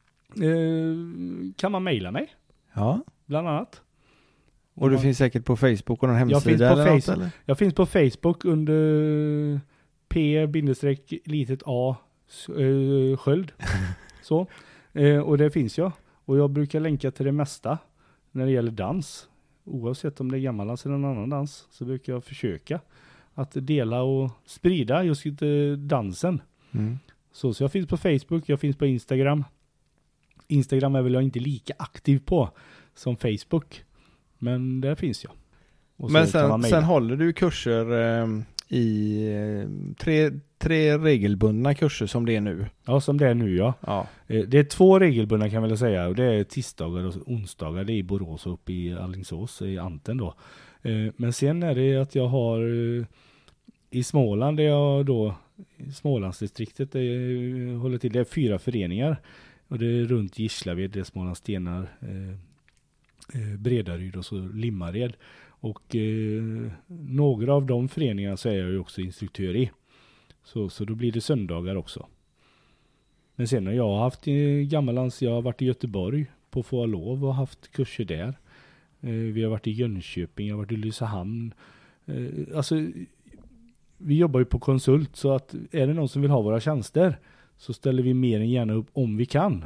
kan man mejla mig, Ja. bland annat. Och du finns säkert på Facebook och någon hemsida finns på eller något, Facebook. eller? Jag finns på Facebook under P-A Sköld. Så. Och det finns jag. Och jag brukar länka till det mesta när det gäller dans. Oavsett om det är gammalans eller någon annan dans, så brukar jag försöka att dela och sprida just dansen. Mm. Så jag finns på Facebook, jag finns på Instagram. Instagram är väl jag inte lika aktiv på som Facebook. Men där finns jag. Och Men så kan man mejla. sen håller du kurser i tre regelbundna kurser som det är nu. Ja, som det är nu, ja. Ja. Det är 2 regelbundna kan jag väl säga. Och det är tisdagar och onsdagar. Det är i Borås och uppe i Alingsås, i Anten då. Men sen är det att jag har i Småland, där jag då Smålandsdistriktet håller till. Det är 4 föreningar. Och det är runt Gislaved, det är Smålands Stenar, Bredaryd och så Limmared. Och några av de föreningarna så är jag ju också instruktör i. Så då blir det söndagar också. Men sen har jag haft i gammalans, jag har varit i Göteborg på Få lov och haft kurser där. Vi har varit i Jönköping, jag har varit i Lysehamn. Alltså, vi jobbar ju på konsult, så att är det någon som vill ha våra tjänster så ställer vi mer än gärna upp om vi kan.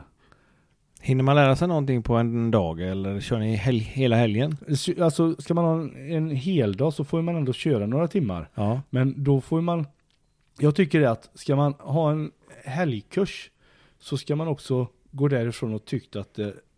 Hinner man lära sig någonting på en dag eller kör ni hela helgen? Alltså ska man ha en hel dag så får man ändå köra några timmar. Ja. Men då får man, jag tycker det att ska man ha en helgkurs så ska man också gå därifrån och tycka att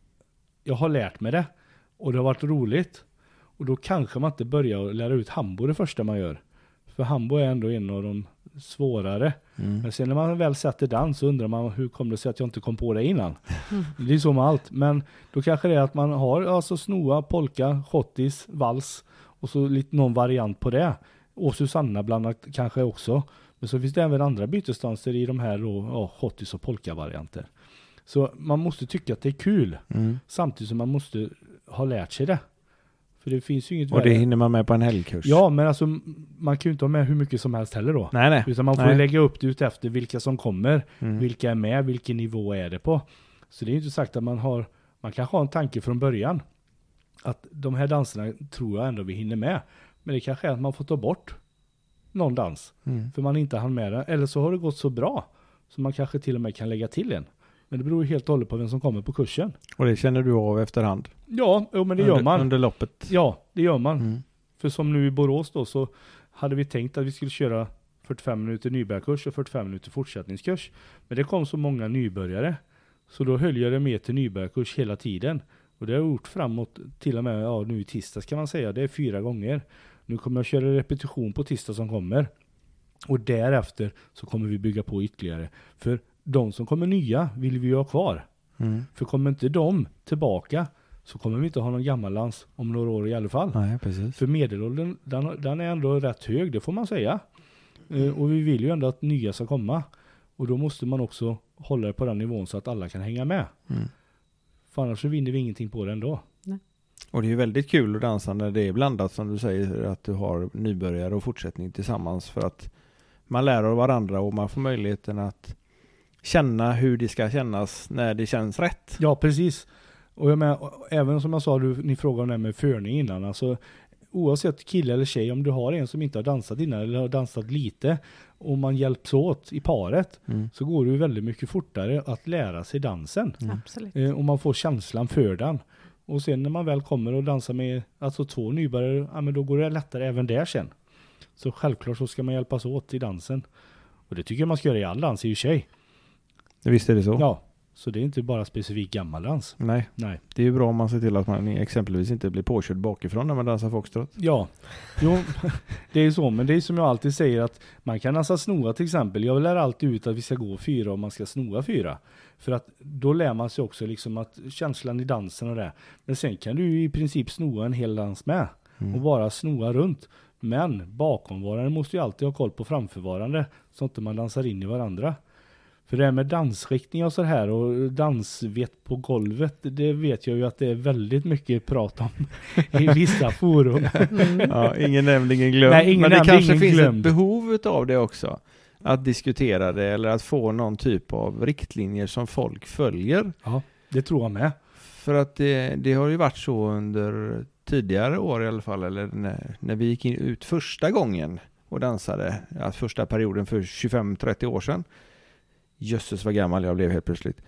jag har lärt mig det och det har varit roligt. Och då kanske man inte börjar lära ut hambo det första man gör. För hambo är ändå en av de svårare. Mm. Men sen när man väl sätter dans så undrar man hur kom det sig att jag inte kom på det innan. Det är så med allt. Men då kanske det är att man har alltså snoa, polka, schottis, vals och så lite någon variant på det. Och Susanna bland annat kanske också. Men så finns det även andra bytesdanser i de här schottis och polka-varianter. Så man måste tycka att det är kul. Mm. Samtidigt som man måste ha lärt sig det. För det finns ju inget Och det hinner man med på en helgkurs? Ja, men alltså man kan ju inte ha med hur mycket som helst heller då. Nej. Utan man får lägga upp det ut efter vilka som kommer. Mm. Vilka är med, vilken nivå är det på. Så det är inte sagt att man kan ha en tanke från början. Att de här danserna tror jag ändå vi hinner med. Men det kanske är att man får ta bort någon dans. Mm. För man inte hann med det. Eller så har det gått så bra. Så man kanske till och med kan lägga till en. Men det beror ju helt och hållet på vem som kommer på kursen. Och det känner du av efterhand? Ja, men det gör man. Under loppet? Ja, det gör man. Mm. För som nu i Borås då så hade vi tänkt att vi skulle köra 45 minuter nybörjarkurs och 45 minuter fortsättningskurs. Men det kom så många nybörjare. Så då höll jag det med till nybörjarkurs hela tiden. Och det har jag gjort framåt till och med nu i tisdags kan man säga. Det är 4 gånger. Nu kommer jag köra repetition på tisdag som kommer. Och därefter så kommer vi bygga på ytterligare. För de som kommer nya vill vi ju ha kvar. Mm. För kommer inte de tillbaka så kommer vi inte ha någon gammaldans om några år i alla fall. Nej, precis. För medelåldern, den är ändå rätt hög, det får man säga. Och vi vill ju ändå att nya ska komma. Och då måste man också hålla det på den nivån så att alla kan hänga med. Mm. För annars så vinner vi ingenting på det ändå. Och det är ju väldigt kul att dansa när det är blandat, som du säger, att du har nybörjare och fortsättning tillsammans, för att man lär av varandra och man får möjligheten att känna hur det ska kännas när det känns rätt. Ja, precis. Och jag med, även som jag sa, ni frågade om det här med förning innan. Alltså, oavsett kille eller tjej, om du har en som inte har dansat innan eller har dansat lite och man hjälps åt i paret, så går det ju väldigt mycket fortare att lära sig dansen. Absolut. Och man får känslan för den. Och sen när man väl kommer och dansar med alltså 2 nybörjare, ja, men då går det lättare även där sen. Så självklart så ska man hjälpas åt i dansen. Och det tycker jag man ska göra i all dans i och tjej. Visst är det så? Ja, så det är inte bara specifikt gammaldans. Nej, det är ju bra om man ser till att man exempelvis inte blir påkörd bakifrån när man dansar foxtrot. Ja, jo, det är så. Men det är som jag alltid säger att man kan alltså snoa till exempel. Jag lär alltid ut att vi ska gå 4 och man ska snoa 4. För att då lär man sig också liksom att känslan i dansen och det. Men sen kan du i princip snoa en hel dans med. Och bara snoa runt. Men bakomvarande måste ju alltid ha koll på framförvarande. Så att inte man dansar in i varandra. För det här med dansriktning och så här och dansvett på golvet, det vet jag ju att det är väldigt mycket prat om i vissa forum. Ja, ingen nämnd, ingen glömd. Nej, ingen men det nämnd, kanske ingen finns glömd. ett behov av det också. Att diskutera det eller att få någon typ av riktlinjer som folk följer. Ja, det tror jag med. För att det har ju varit så under tidigare år i alla fall, eller när vi gick ut första gången och dansade, första perioden för 25-30 år sedan. Jösses vad gammal jag blev helt plötsligt.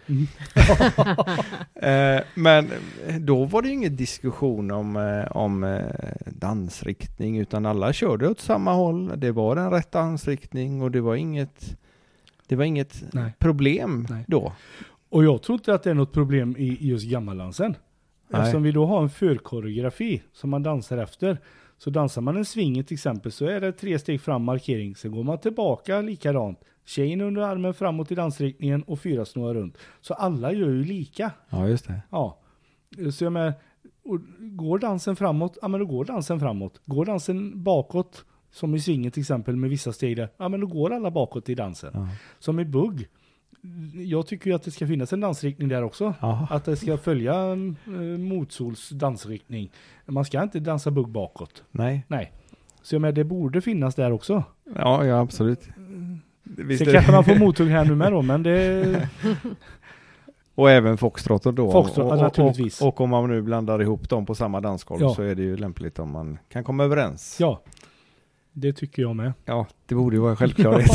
Men då var det ju ingen diskussion om dansriktning, utan alla körde åt samma håll. Det var en rätt dansriktning och det var inget Nej. problem då. Och jag tror inte att det är något problem i just gammaldansen. Nej. Eftersom vi då har en förkoreografi som man dansar efter. Så dansar man en swing till exempel så är det 3 steg fram markering. Sen går man tillbaka likadant. Tjejen under armen framåt i dansriktningen och 4 snurrar runt. Så alla gör ju lika. Ja, just det. Ja. Så jag menar, går dansen framåt, ja men då går dansen framåt. Går dansen bakåt, som i swingen till exempel med vissa steg där, ja men då går alla bakåt i dansen. Ja. Som i bugg. Jag tycker ju att det ska finnas en dansriktning där också. Ja. Att det ska följa motsols dansriktning. Man ska inte dansa bugg bakåt. Nej. Nej. Så jag menar, det borde finnas där också. Ja, absolut. Visst Sen är kanske det. man får mothugg här nu med då, men det... Och även foxtrotten då. Foxtrot, och, naturligtvis. Och om man nu blandar ihop dem på samma dansgolv Ja. så är det ju lämpligt om man kan komma överens. Ja, det tycker jag med. Ja, det borde ju vara självklarhet.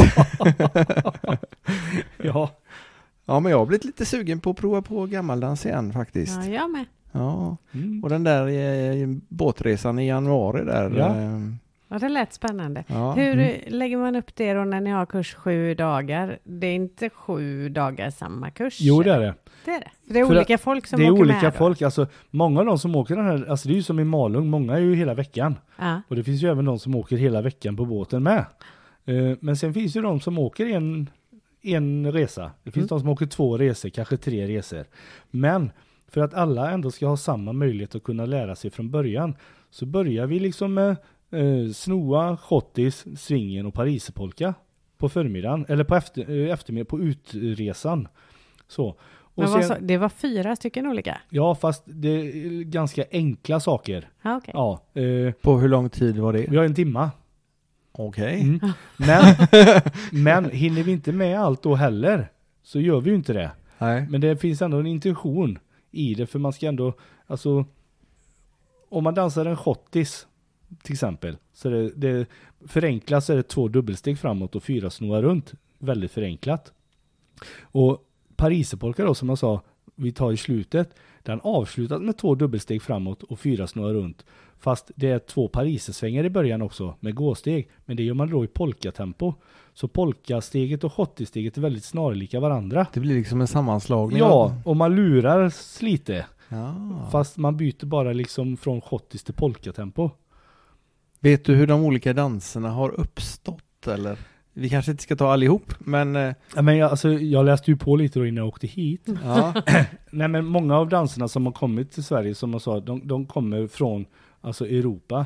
Ja. Ja, men jag har blivit lite sugen på att prova på gammaldans igen faktiskt. Ja, jag med. Ja, Mm. och den där båtresan i januari där. Ja. Ja, det lät spännande. Ja. Hur lägger man upp det då när ni har kurs 7 dagar? Det är inte 7 dagar samma kurs? Jo, det är det. Det är det. För det är För olika folk som Det är åker olika med. folk. Alltså, många av de som åker den här, alltså det är ju som i Malung, många är ju hela veckan. Ja. Och det finns ju även de som åker hela veckan på båten med. Men sen finns ju de som åker en resa. Det finns de som åker 2 resor, kanske 3 resor. Men för att alla ändå ska ha samma möjlighet att kunna lära sig från början så börjar vi liksom med snoa, schottis, svingen och pariserpolka på förmiddagen. Eller på eftermiddag på utresan. Så. Och Men sen, det var 4 stycken olika? ja, fast det är ganska enkla saker. Ja, okej. Ja, På hur lång tid var det? vi har 1 timme. Okej. Mm. Men hinner vi inte med allt då heller så gör vi ju inte det. Nej. Men det finns ändå en intention i det, för man ska ändå, alltså om man dansar en schottis till exempel, så det förenklat så är det 2 dubbelsteg framåt och 4 snurrar runt. Väldigt förenklat. Och pariserpolka då, som jag sa, vi tar i slutet, den avslutas med 2 dubbelsteg framåt och 4 snurrar runt. Fast det är 2 parisersvängar i början också med gåsteg, men det gör man då i polkatempo. Så polkasteget och schottisteget är väldigt snarlika varandra. Det blir liksom en sammanslagning. Ja, och man lurar lite. Ja. Fast man byter bara liksom från schottis till polkatempo. Vet du hur de olika danserna har uppstått eller? Vi kanske inte ska ta allihop, men Ja, men jag läste ju på lite då innan jag åkte hit. ja. Nej, men många av danserna som har kommit till Sverige, som jag sa, de kommer från alltså Europa.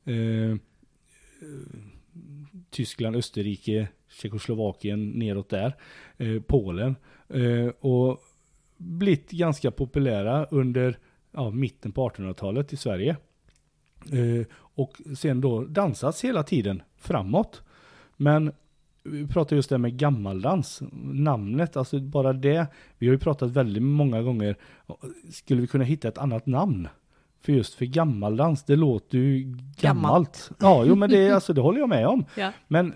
Tyskland, Österrike, Tjeckoslovakien, neråt där. Polen. Och blivit ganska populära under mitten på 1800-talet i Sverige. Och sen då dansats hela tiden framåt. Men vi pratar just det med gammaldans. Namnet, alltså bara det. Vi har ju pratat väldigt många gånger. Skulle vi kunna hitta ett annat namn? För gammaldans, det låter ju gammalt. Ja, jo, men det håller jag med om. Ja. Men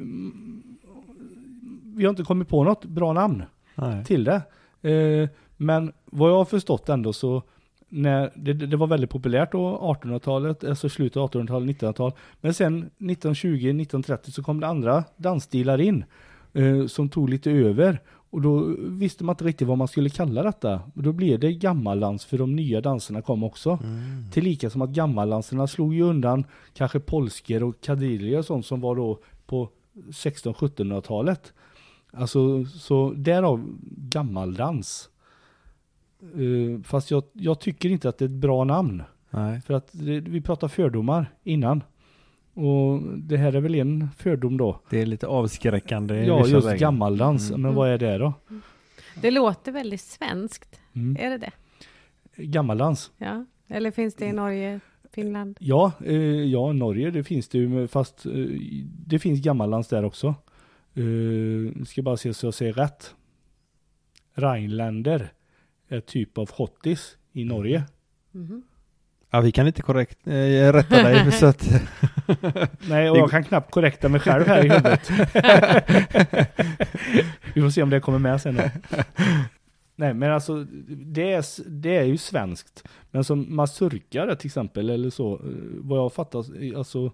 vi har inte kommit på något bra namn Nej. till det. Men vad jag har förstått ändå så när det var väldigt populärt då 1800-talet, alltså slutet av 1800-talet, 1900-tal. Men sen 1920-1930 så kom det andra dansstilar in som tog lite över. Och då visste man inte riktigt vad man skulle kalla detta. Och då blev det gammaldans, för de nya danserna kom också. Tillika som att gammaldanserna slog ju undan kanske polsker och kadriljer och sånt som var då på 1600-1700-talet. Alltså, så därav gammaldans. Fast jag tycker inte att det är ett bra namn. Nej. För att vi pratar fördomar innan. Och det här är väl en fördom då. Det är lite avskräckande. i Ja, vissa just lägen. gammaldans. Men vad är det då? Det låter väldigt svenskt. Mm. Är det? Gammaldans. Ja. Eller finns det i Norge, Finland? Ja, Norge det finns det ju, fast det finns gammaldans där också. Ska bara se så jag säger rätt. Rhinelander är typ av hottis i Norge. Mhm. Ja, vi kan inte korrekt rätta dig så att... Nej, och jag kan knappt korrekta mig själv här i huvudet. Vi får se om det kommer med sen då. Nej, men alltså det är ju svenskt. Men som mazurkare till exempel eller så, vad jag fattar, alltså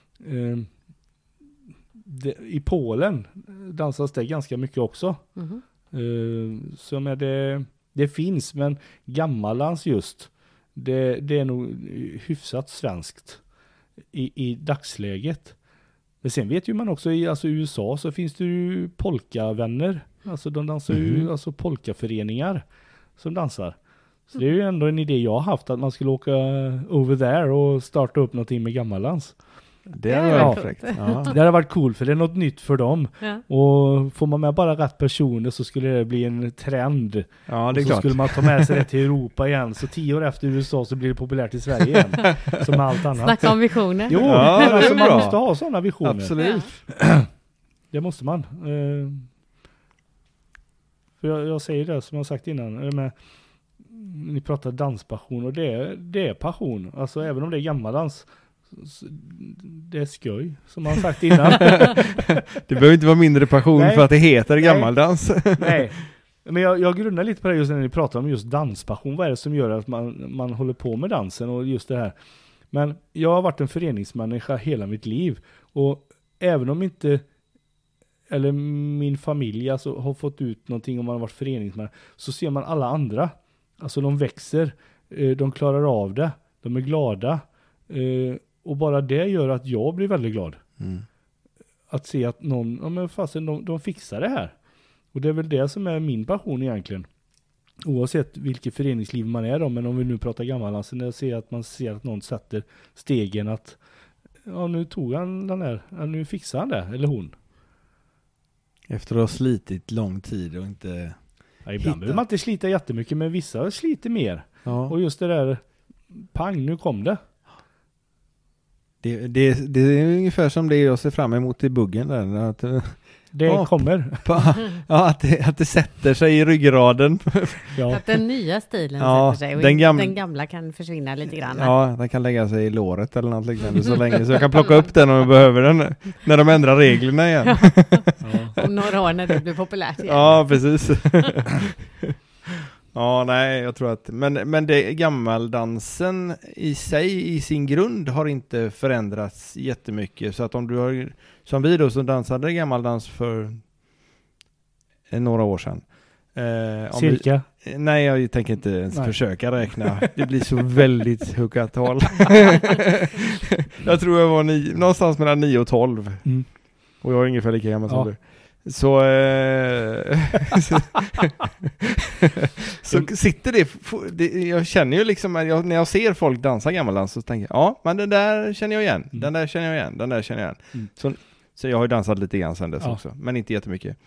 i Polen dansas det ganska mycket också. Mhm. Så med det finns, men gammaldans just det är nog hyfsat svenskt i dagsläget. Men sen vet ju man också i USA så finns det ju polkavänner. Alltså de dansar ju alltså polkaföreningar som dansar. Så det är ju ändå en idé jag har haft att man skulle åka over there och starta upp någonting med gammaldans. Det Ja, är ja. perfekt. Ja. Det hade varit cool för det är något nytt för dem. Ja. Och får man med bara rätt personer så skulle det bli en trend. Ja, det är och så klart. skulle man ta med sig det till Europa igen. Så 10 år efter USA så blir det populärt i Sverige igen. Som med allt annat. Snacka om visioner. Jo, Ja, men det är alltså man bra. måste ha sådana visioner. Absolut. Det måste man. För jag säger det som jag sagt innan. Med, ni pratar danspassion och det är passion. Alltså även om det är gammaldans. Det är skoj som man sagt innan. Det behöver inte vara mindre passion Nej. för att det heter gammaldans. Nej. Men jag grundar lite på det just när ni pratar om just danspassion. Vad är det som gör att man håller på med dansen och just det här. Men jag har varit en föreningsmänniska hela mitt liv. Och även om inte eller min familj alltså, har fått ut någonting om man har varit föreningsmänniska, så ser man alla andra. Alltså de växer, de klarar av det, de är glada. Och bara det gör att jag blir väldigt glad. Mm. Att se att någon, ja men fasen, de fixar det här. Och det är väl det som är min passion egentligen. Oavsett vilket föreningsliv man är då, men om vi nu pratar gammaldans, när jag ser att man ser att någon sätter stegen att ja nu tog han den här, ja, nu fixar han det, eller hon. Efter att ha slitit lång tid och inte... Ja, ibland behöver man inte slita jättemycket, men vissa sliter mer. Ja. Och just det där, pang, nu kom det. Det är ungefär som det jag ser fram emot i buggen där. Att, Det kommer. ja, att det sätter sig i ryggraden. Ja. Att den nya stilen Ja, sätter sig och den den gamla kan försvinna lite grann. Ja, den kan lägga sig i låret eller något liknande så länge. Så jag kan plocka upp den om jag behöver den. När de ändrar reglerna igen. Ja. Om några år när det blir populärt igen. Ja, precis. Ja, nej, jag tror att... Men det, gammaldansen i sig, i sin grund, har inte förändrats jättemycket. Så att om du har... Som vi då som dansade gammaldans för några år sedan. Cirka. Nej, jag tänker inte ens försöka räkna. Det blir så väldigt huggat tal. Jag tror jag var någonstans mellan 9 och 12. Mm. Och jag är ungefär lika gammal som Ja. du. Så, så sitter det, jag känner ju liksom, när jag ser folk dansa gammaldans så tänker jag, ja, men den där känner jag igen, den där känner jag igen, den där känner jag igen. Mm. Så jag har ju dansat lite grann sedan dess också, men inte jättemycket.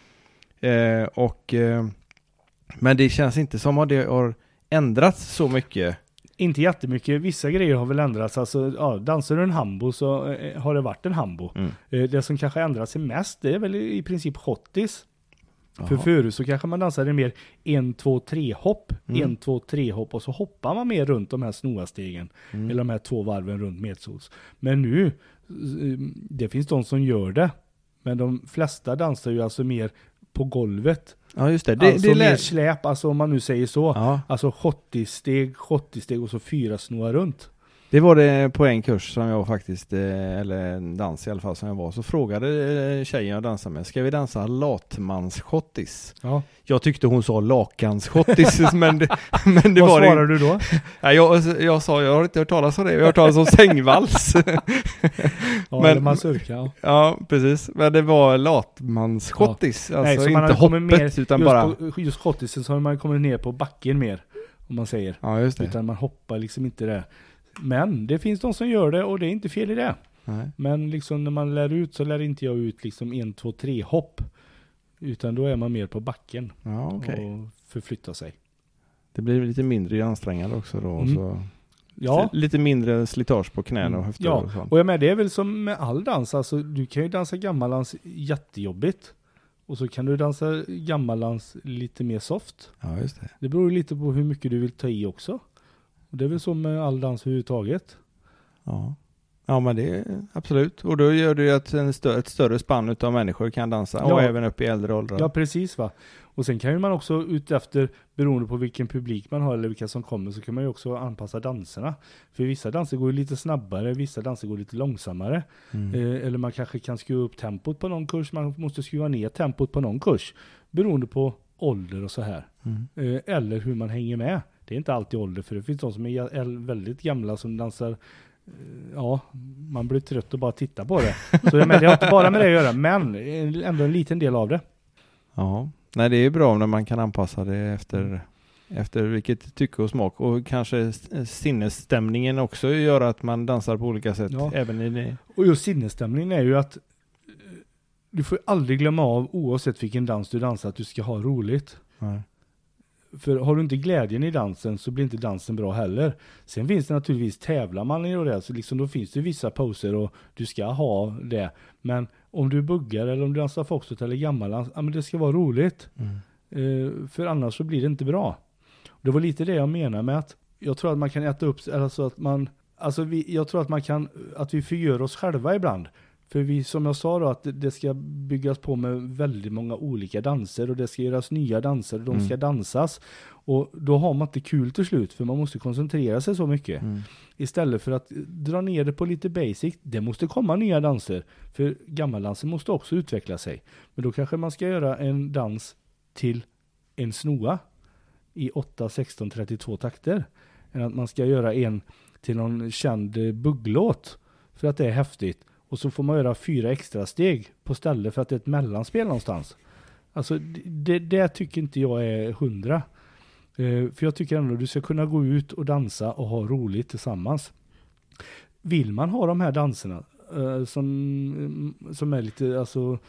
Men det känns inte som att det har ändrats så mycket. Inte jättemycket. Vissa grejer har väl ändrats. Alltså, ja, dansar du en hambo så har det varit en hambo. Det som kanske ändrat sig mest, det är väl i princip hottis. För förut så kanske man dansade mer 1, 2, 3 hopp. 1, 2, 3 hopp och så hoppar man mer runt de här snoastegen. Eller de här 2 varven runt medsols. Men nu, det finns de som gör det. Men de flesta dansar ju alltså mer på golvet. Ja, just det. Alltså mer släp, alltså om man nu säger så. Ja. Alltså 70-steg och så 4 snoar runt. Det var det på en kurs som jag faktiskt, eller en dans i alla fall som jag var, så frågade tjejen jag dansade med, ska vi dansa latmansschottis? Ja. Jag tyckte hon sa lakansschottis, men det Vad var svarar du då? Ja, jag sa, jag har inte hört talas om det, jag har hört talas om sängvals. Ja, men, eller mazurka. Ja. Ja, precis. Men det var latmansschottis, alltså Nej, så inte hoppet, utan bara... Just schottisen så har man kommit ner på backen mer, om man säger. Ja, just det. Utan man hoppar liksom inte det. Men det finns de som gör det och det är inte fel i det. Nej. Men liksom när man lär ut så lär inte jag ut liksom 1, 2, 3 hopp. Utan då är man mer på backen Ja, okej. och förflytta sig. Det blir lite mindre ansträngande också då. Mm. Så Ja. lite mindre slitage på knän och höfter och Ja, sånt. och jag med, det är väl som med all dans. Alltså, du kan ju dansa gammaldans jättejobbigt. Och så kan du dansa gammaldans lite mer soft. Ja, just det. Det beror ju lite på hur mycket du vill ta i också. Och det är väl så med all dans överhuvudtaget. Ja. Ja, men det är absolut. Och då gör det ju att ett större spann av människor kan dansa. Ja. Och även upp i äldre åldrar. Ja, precis va. Och sen kan ju man också utefter, beroende på vilken publik man har eller vilka som kommer, så kan man ju också anpassa danserna. För vissa danser går ju lite snabbare, vissa danser går lite långsammare. Eller man kanske kan skruva upp tempot på någon kurs, man måste skruva ner tempot på någon kurs. Beroende på ålder och så här. Eller hur man hänger med. Det är inte alltid ålder, för det finns de som är väldigt gamla som dansar. Ja, man blir trött och bara titta på det. Så det har inte bara med det att göra, men ändå en liten del av det. Ja, nej, det är bra när man kan anpassa det efter vilket tycke och smak. Och kanske sinnesstämningen också gör att man dansar på olika sätt. Ja. Även i det. Och just sinnesstämningen är ju att du får aldrig glömma av, oavsett vilken dans du dansar, att du ska ha roligt. Nej. För har du inte glädjen i dansen så blir inte dansen bra heller. Sen finns det naturligtvis, tävlar man i det, så liksom då finns det vissa poser och du ska ha det. Men om du buggar eller om du dansar foxtrot eller gammaldans, ja men det ska vara roligt. För annars så blir det inte bra. Det var lite det jag menar med att jag tror att man kan äta upp, alltså att man, jag tror att man kan, att vi förgör oss själva ibland. För vi, som jag sa då, att det ska byggas på med väldigt många olika danser och det ska göras nya danser och de ska dansas. Och då har man inte kul till slut, för man måste koncentrera sig så mycket. Istället för att dra ner det på lite basic, det måste komma nya danser. För gammaldansen måste också utveckla sig. Men då kanske man ska göra en dans till en snoa i 8, 16, 32 takter. Än att man ska göra en till någon känd bugglåt för att det är häftigt. Och så får man göra 4 extra steg på stället för att det är ett mellanspel någonstans. Alltså det tycker inte jag är 100. För jag tycker ändå att du ska kunna gå ut och dansa och ha roligt tillsammans. Vill man ha de här danserna som är lite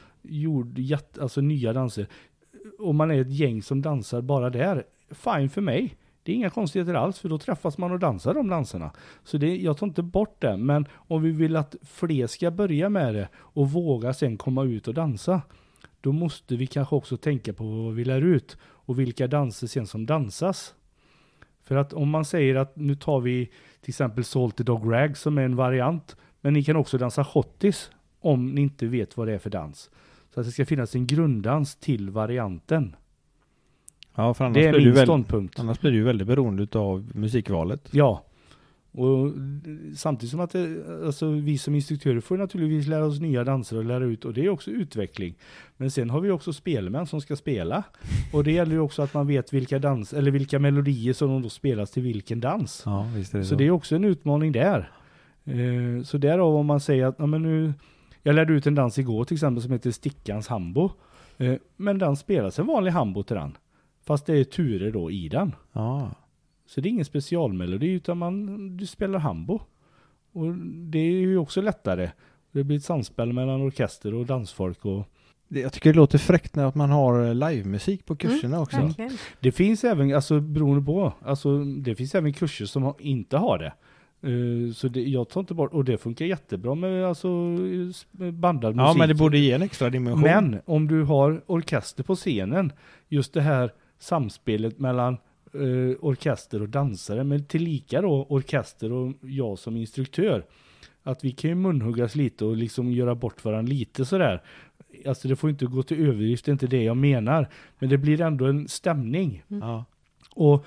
alltså nya danser. Om man är ett gäng som dansar bara där, fine för mig. Det är inga konstigheter alls, för då träffas man och dansar de danserna. Så jag tar inte bort det, men om vi vill att fler ska börja med det och våga sen komma ut och dansa, då måste vi kanske också tänka på vad vi lär ut och vilka danser sen som dansas. För att om man säger att nu tar vi till exempel Salty Dog Rag som är en variant, men ni kan också dansa schottis om ni inte vet vad det är för dans. Så att det ska finnas en grunddans till varianten. Ja, för annars det är blir min ståndpunkt. Annars blir det ju väldigt beroende av musikvalet. Ja, och samtidigt som att vi som instruktörer får naturligtvis lära oss nya danser och lära ut, och det är också utveckling. Men sen har vi också spelmän som ska spela, och det gäller ju också att man vet vilka melodier som de då spelas till vilken dans. Ja, visst är det så det är också en utmaning där. Så därav om man säger att jag lärde ut en dans igår till exempel som heter Stickans Hambo, men den spelas en vanlig hambo till den. Fast det är turer då i den. Ja. Så det är ingen specialmelodi, utan du spelar hambo. Och det är ju också lättare. Det blir ett samspel mellan orkester och dansfolk. Jag tycker det låter fräckt när att man har livemusik på kurserna också. Verkligen. Det finns även, beroende på, det finns även kurser som inte har det. Så jag tar inte bort, och det funkar jättebra med bandad musik. Ja, men det borde ge en extra dimension. Men om du har orkester på scenen, just det här samspelet mellan orkester och dansare, men tillika då orkester och jag som instruktör, att vi kan ju munhuggas lite och liksom göra bort varandra lite sådär. Alltså det får inte gå till överdrift, det är inte det jag menar, men det blir ändå en stämning. Ja. Och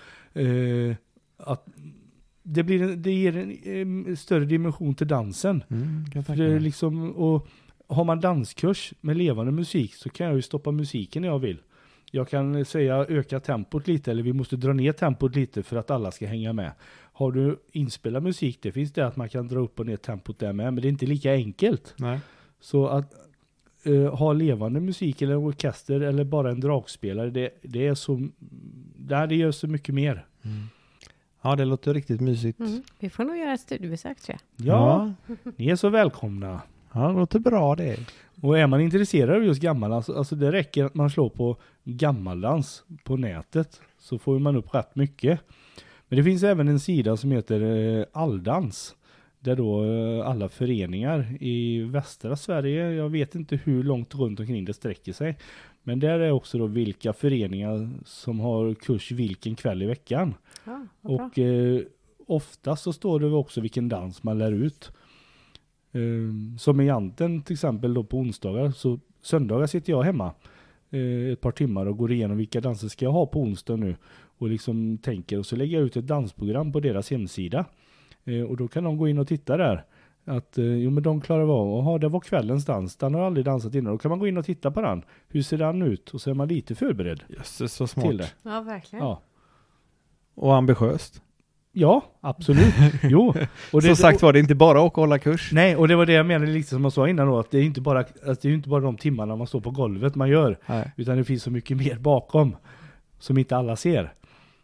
att det ger en större dimension till dansen. För det är liksom, och har man danskurs med levande musik så kan jag ju stoppa musiken när jag vill. Jag kan säga öka tempot lite, eller vi måste dra ner tempot lite för att alla ska hänga med. Har du inspelad musik, det finns det att man kan dra upp och ner tempot där med, men det är inte lika enkelt. Nej. Så att ha levande musik eller orkester eller bara en dragspelare, det gör så mycket mer. Ja, det låter riktigt mysigt. Vi får nog göra ett studiebesök, tror jag. Ja, ni är så välkomna. Ja, det låter bra det. Och är man intresserad av just gammaldans, alltså det räcker att man slår på gammaldans på nätet så får man upp rätt mycket. Men det finns även en sida som heter Alldans, där då alla föreningar i västra Sverige, jag vet inte hur långt runt omkring det sträcker sig, men där är också då vilka föreningar som har kurs vilken kväll i veckan. Ja, och oftast så står det också vilken dans man lär ut. Som i Anten till exempel då på onsdagar, så söndagar sitter jag hemma ett par timmar och går igenom vilka danser ska jag ha på onsdag nu och liksom tänker, och så lägger jag ut ett dansprogram på deras hemsida och då kan de gå in och titta där att jo men de klarar av, det var kvällens dans, den har aldrig dansat innan, då kan man gå in och titta på den, hur ser den ut, och så är man lite förberedd. Jösses, så smart. Till det. Ja, verkligen. Ja. Och ambitiöst. Ja, absolut. Jo. Och det, som sagt var det inte bara att hålla kurs. Nej, och det var det jag menade lite som jag sa innan då, att det är inte bara de timmarna man står på golvet man gör. Nej. Utan det finns så mycket mer bakom som inte alla ser.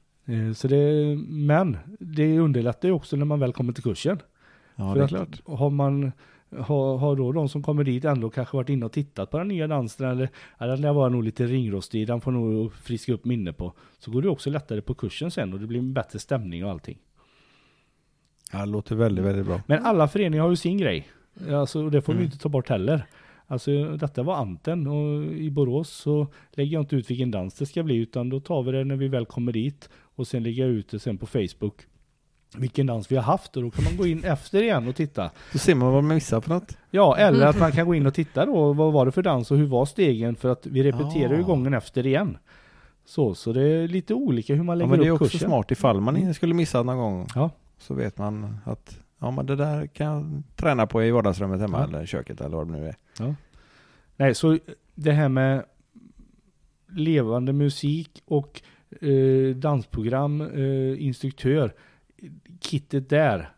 Men det underlättar ju också när man väl kommer till kursen. Ja, för det är klart. klart. Har då de som kommer dit ändå kanske varit inne och tittat på den nya dansen, eller den var nog lite ringrostig, den får nog friska upp minne på, så går det också lättare på kursen sen och det blir en bättre stämning och allting. Ja, det låter väldigt, väldigt bra. Men alla föreningar har ju sin grej. Alltså, det får vi inte ta bort heller. Alltså, detta var Anten, och i Borås så lägger jag inte ut vilken dans det ska bli, utan då tar vi det när vi väl kommer dit och sen lägger jag ut det sen på Facebook vilken dans vi har haft, och då kan man gå in efter igen och titta. Så ser man vad man missar på något. Ja, eller att man kan gå in och titta då, vad var det för dans och hur var stegen, för att vi repeterar ju gången efter igen. Så det är lite olika hur man lägger upp kursen. Men det är också smart ifall man skulle missa någon gång. Ja. Så vet man att men det där kan jag träna på i vardagsrummet hemma eller köket eller vad det nu är. Ja. Nej, så det här med levande musik och dansprogram, instruktör, kittet där,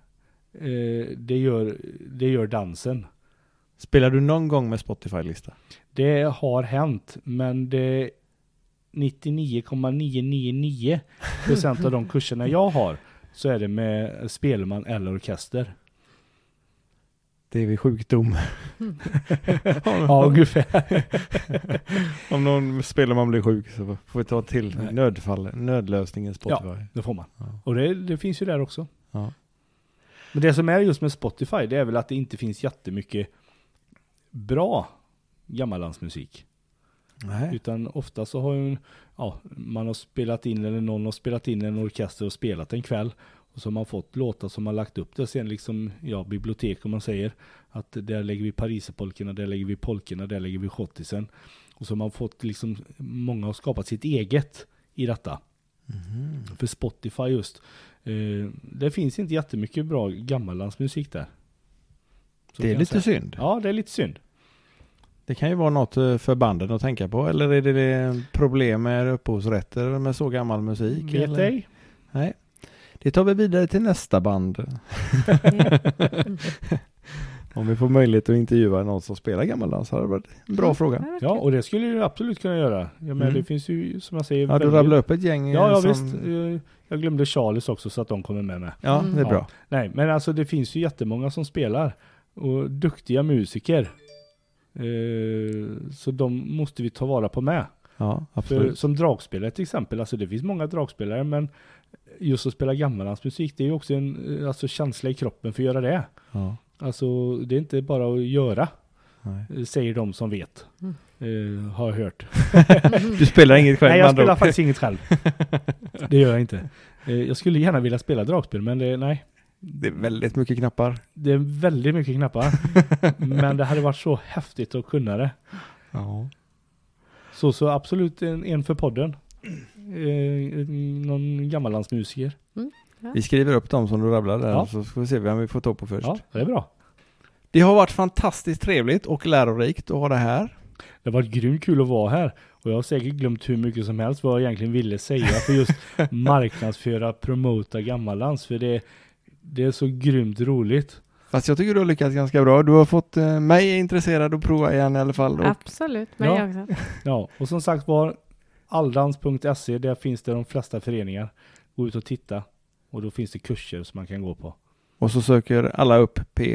det gör dansen. Spelar du någon gång med Spotify-lista? Det har hänt, men det 99,999% av de kurserna jag har så är det med spelman eller orkester. Det är vid sjukdom. Ja, ungefär. Om någon spelman blir sjuk så får vi ta till nödlösningen Spotify. Ja, det får man. Ja. Och det finns ju där också. Ja. Men det som är just med Spotify, det är väl att det inte finns jättemycket bra gammaldansmusik. Nej. Utan ofta så har man har spelat in, eller någon har spelat in en orkester och spelat en kväll, och så har man fått låtar som har lagt upp det sen liksom, bibliotek om man säger, att där lägger vi pariserpolkorna, där lägger vi polkorna, där lägger vi schottisen, och så har man fått liksom, många har skapat sitt eget i detta. För Spotify just det finns inte jättemycket bra gammaldansmusik där. Så det är lite synd. Ja, det är lite synd. Det kan ju vara något för banden att tänka på. Eller är det problem med upphovsrätter med så gammal musik? Vet ej. Nej. Det tar vi vidare till nästa band. Om vi får möjlighet att intervjua någon som spelar gammaldans hade det varit en bra fråga. Ja, och det skulle du absolut kunna göra. Men det finns ju, som jag säger... Ja, du rabblar upp ett gäng. Ja, visst. Jag glömde Charles också så att de kommer med. Ja, det är bra. Nej, men alltså det finns ju jättemånga som spelar. Och duktiga musiker. Så de måste vi ta vara på med. Ja, absolut. För, som dragspelare till exempel. Alltså det finns många dragspelare, men just att spela gammaldansmusik, det är ju också en känsla i kroppen för att göra det. Ja. Alltså det är inte bara att göra. Nej. Säger de som vet. Har jag hört. Du spelar inget själv? Nej, jag spelar faktiskt inget själv. Det gör jag inte. Jag skulle gärna vilja spela dragspel, men nej. Det är väldigt mycket knappar. Det är väldigt mycket knappar. Men det hade varit så häftigt att kunna det. Ja. Så absolut en för podden. Någon gammaldansmusiker. Ja. Vi skriver upp dem som du rabblar där, så får vi se vem vi får ta på först. Ja, det är bra. Det har varit fantastiskt trevligt och lärorikt att ha det här. Det har varit grymt kul att vara här. Och jag har säkert glömt hur mycket som helst vad jag egentligen ville säga för just marknadsföra, promota gammaldans. För det är så grymt roligt. Fast jag tycker du har lyckats ganska bra. Du har fått mig intresserad att prova igen i alla fall. Absolut, mig också. Ja, och som sagt var, alldans.se, där finns det de flesta föreningar. Gå ut och titta. Och då finns det kurser som man kan gå på. Och så söker alla upp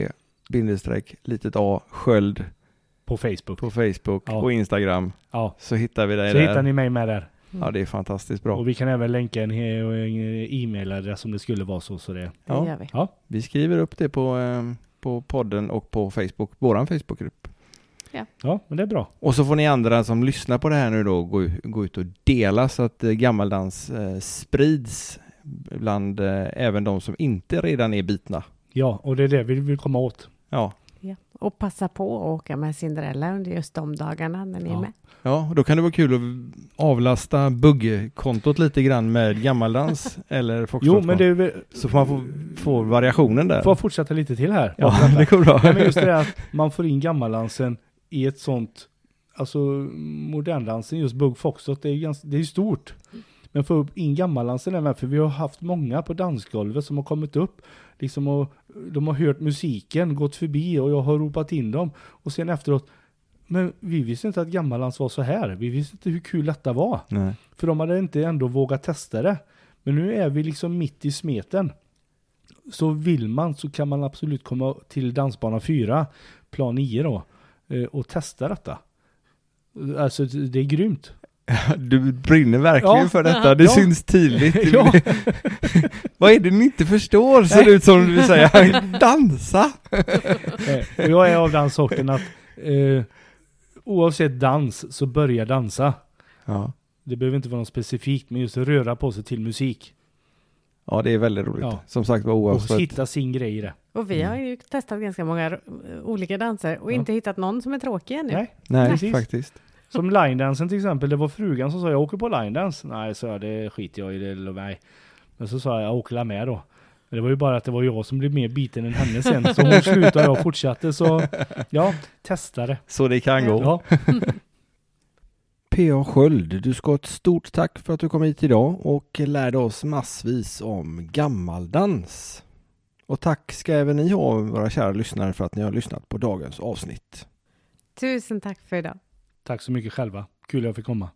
P-A Sköld På Facebook. på Facebook och Instagram. Ja. Så hittar vi dig Så där. hittar ni mig med där. Ja, det är fantastiskt bra. Och vi kan även länka en e-mailadress om det skulle vara så det. Det gör vi. Ja. Vi skriver upp det på podden och på Facebook, våran Facebookgrupp. Ja, men det är bra. Och så får ni andra som lyssnar på det här nu då gå ut och dela så att gammaldans sprids bland även de som inte redan är bitna. Ja, och det är det vi vill komma åt. Ja. Ja. Och passa på att åka med Cinderella under just de dagarna när ni är med. Ja, då kan det vara kul att avlasta buggkontot lite grann med gammaldans eller foxtrot. Jo, men det är väl... Så får man få variationen där. Får jag fortsätta lite till här? Ja, det går bra. Nej, men just det att man får in gammaldansen i ett sånt, alltså moderndansen, just bugg foxtrot, det är stort. Men få upp in gammaldansen är med, för vi har haft många på dansgolvet som har kommit upp liksom, och de har hört musiken, gått förbi och jag har ropat in dem och sen efteråt, men vi visste inte att gammaldans var så här, vi visste inte hur kul detta var. Nej. För de hade inte ändå vågat testa det. Men nu är vi liksom mitt i smeten. Så vill man så kan man absolut komma till dansbana 4, plan 9 då, och testa detta. Alltså det är grymt. Du brinner verkligen för detta. Det syns tydligt. Ja. Vad är det ni inte förstår? Ser det ut som du säger. Dansa! Och jag är av den sorten att oavsett dans så börja dansa. Ja. Det behöver inte vara något specifikt, men just röra på sig till musik. Ja, det är väldigt roligt. Ja. Som sagt var Och oavsett. hitta sin grej i det. Och vi har ju testat ganska många olika danser och inte hittat någon som är tråkig ännu. Nej, precis. faktiskt. Som line-dansen till exempel, det var frugan som sa jag åker på line-dans. Nej, så jag, det skiter jag i det eller mig. Men så sa jag åker med då. Men det var ju bara att det var jag som blev mer biten än henne sen. Så hon slutade och jag fortsatte. Så ja, testa det. Så det kan gå. Ja. P.A. Sköld, du ska ha ett stort tack för att du kom hit idag och lärde oss massvis om gammaldans. Och tack ska även ni ha, våra kära lyssnare, för att ni har lyssnat på dagens avsnitt. Tusen tack för idag. Tack så mycket själva. Kul att jag fick komma.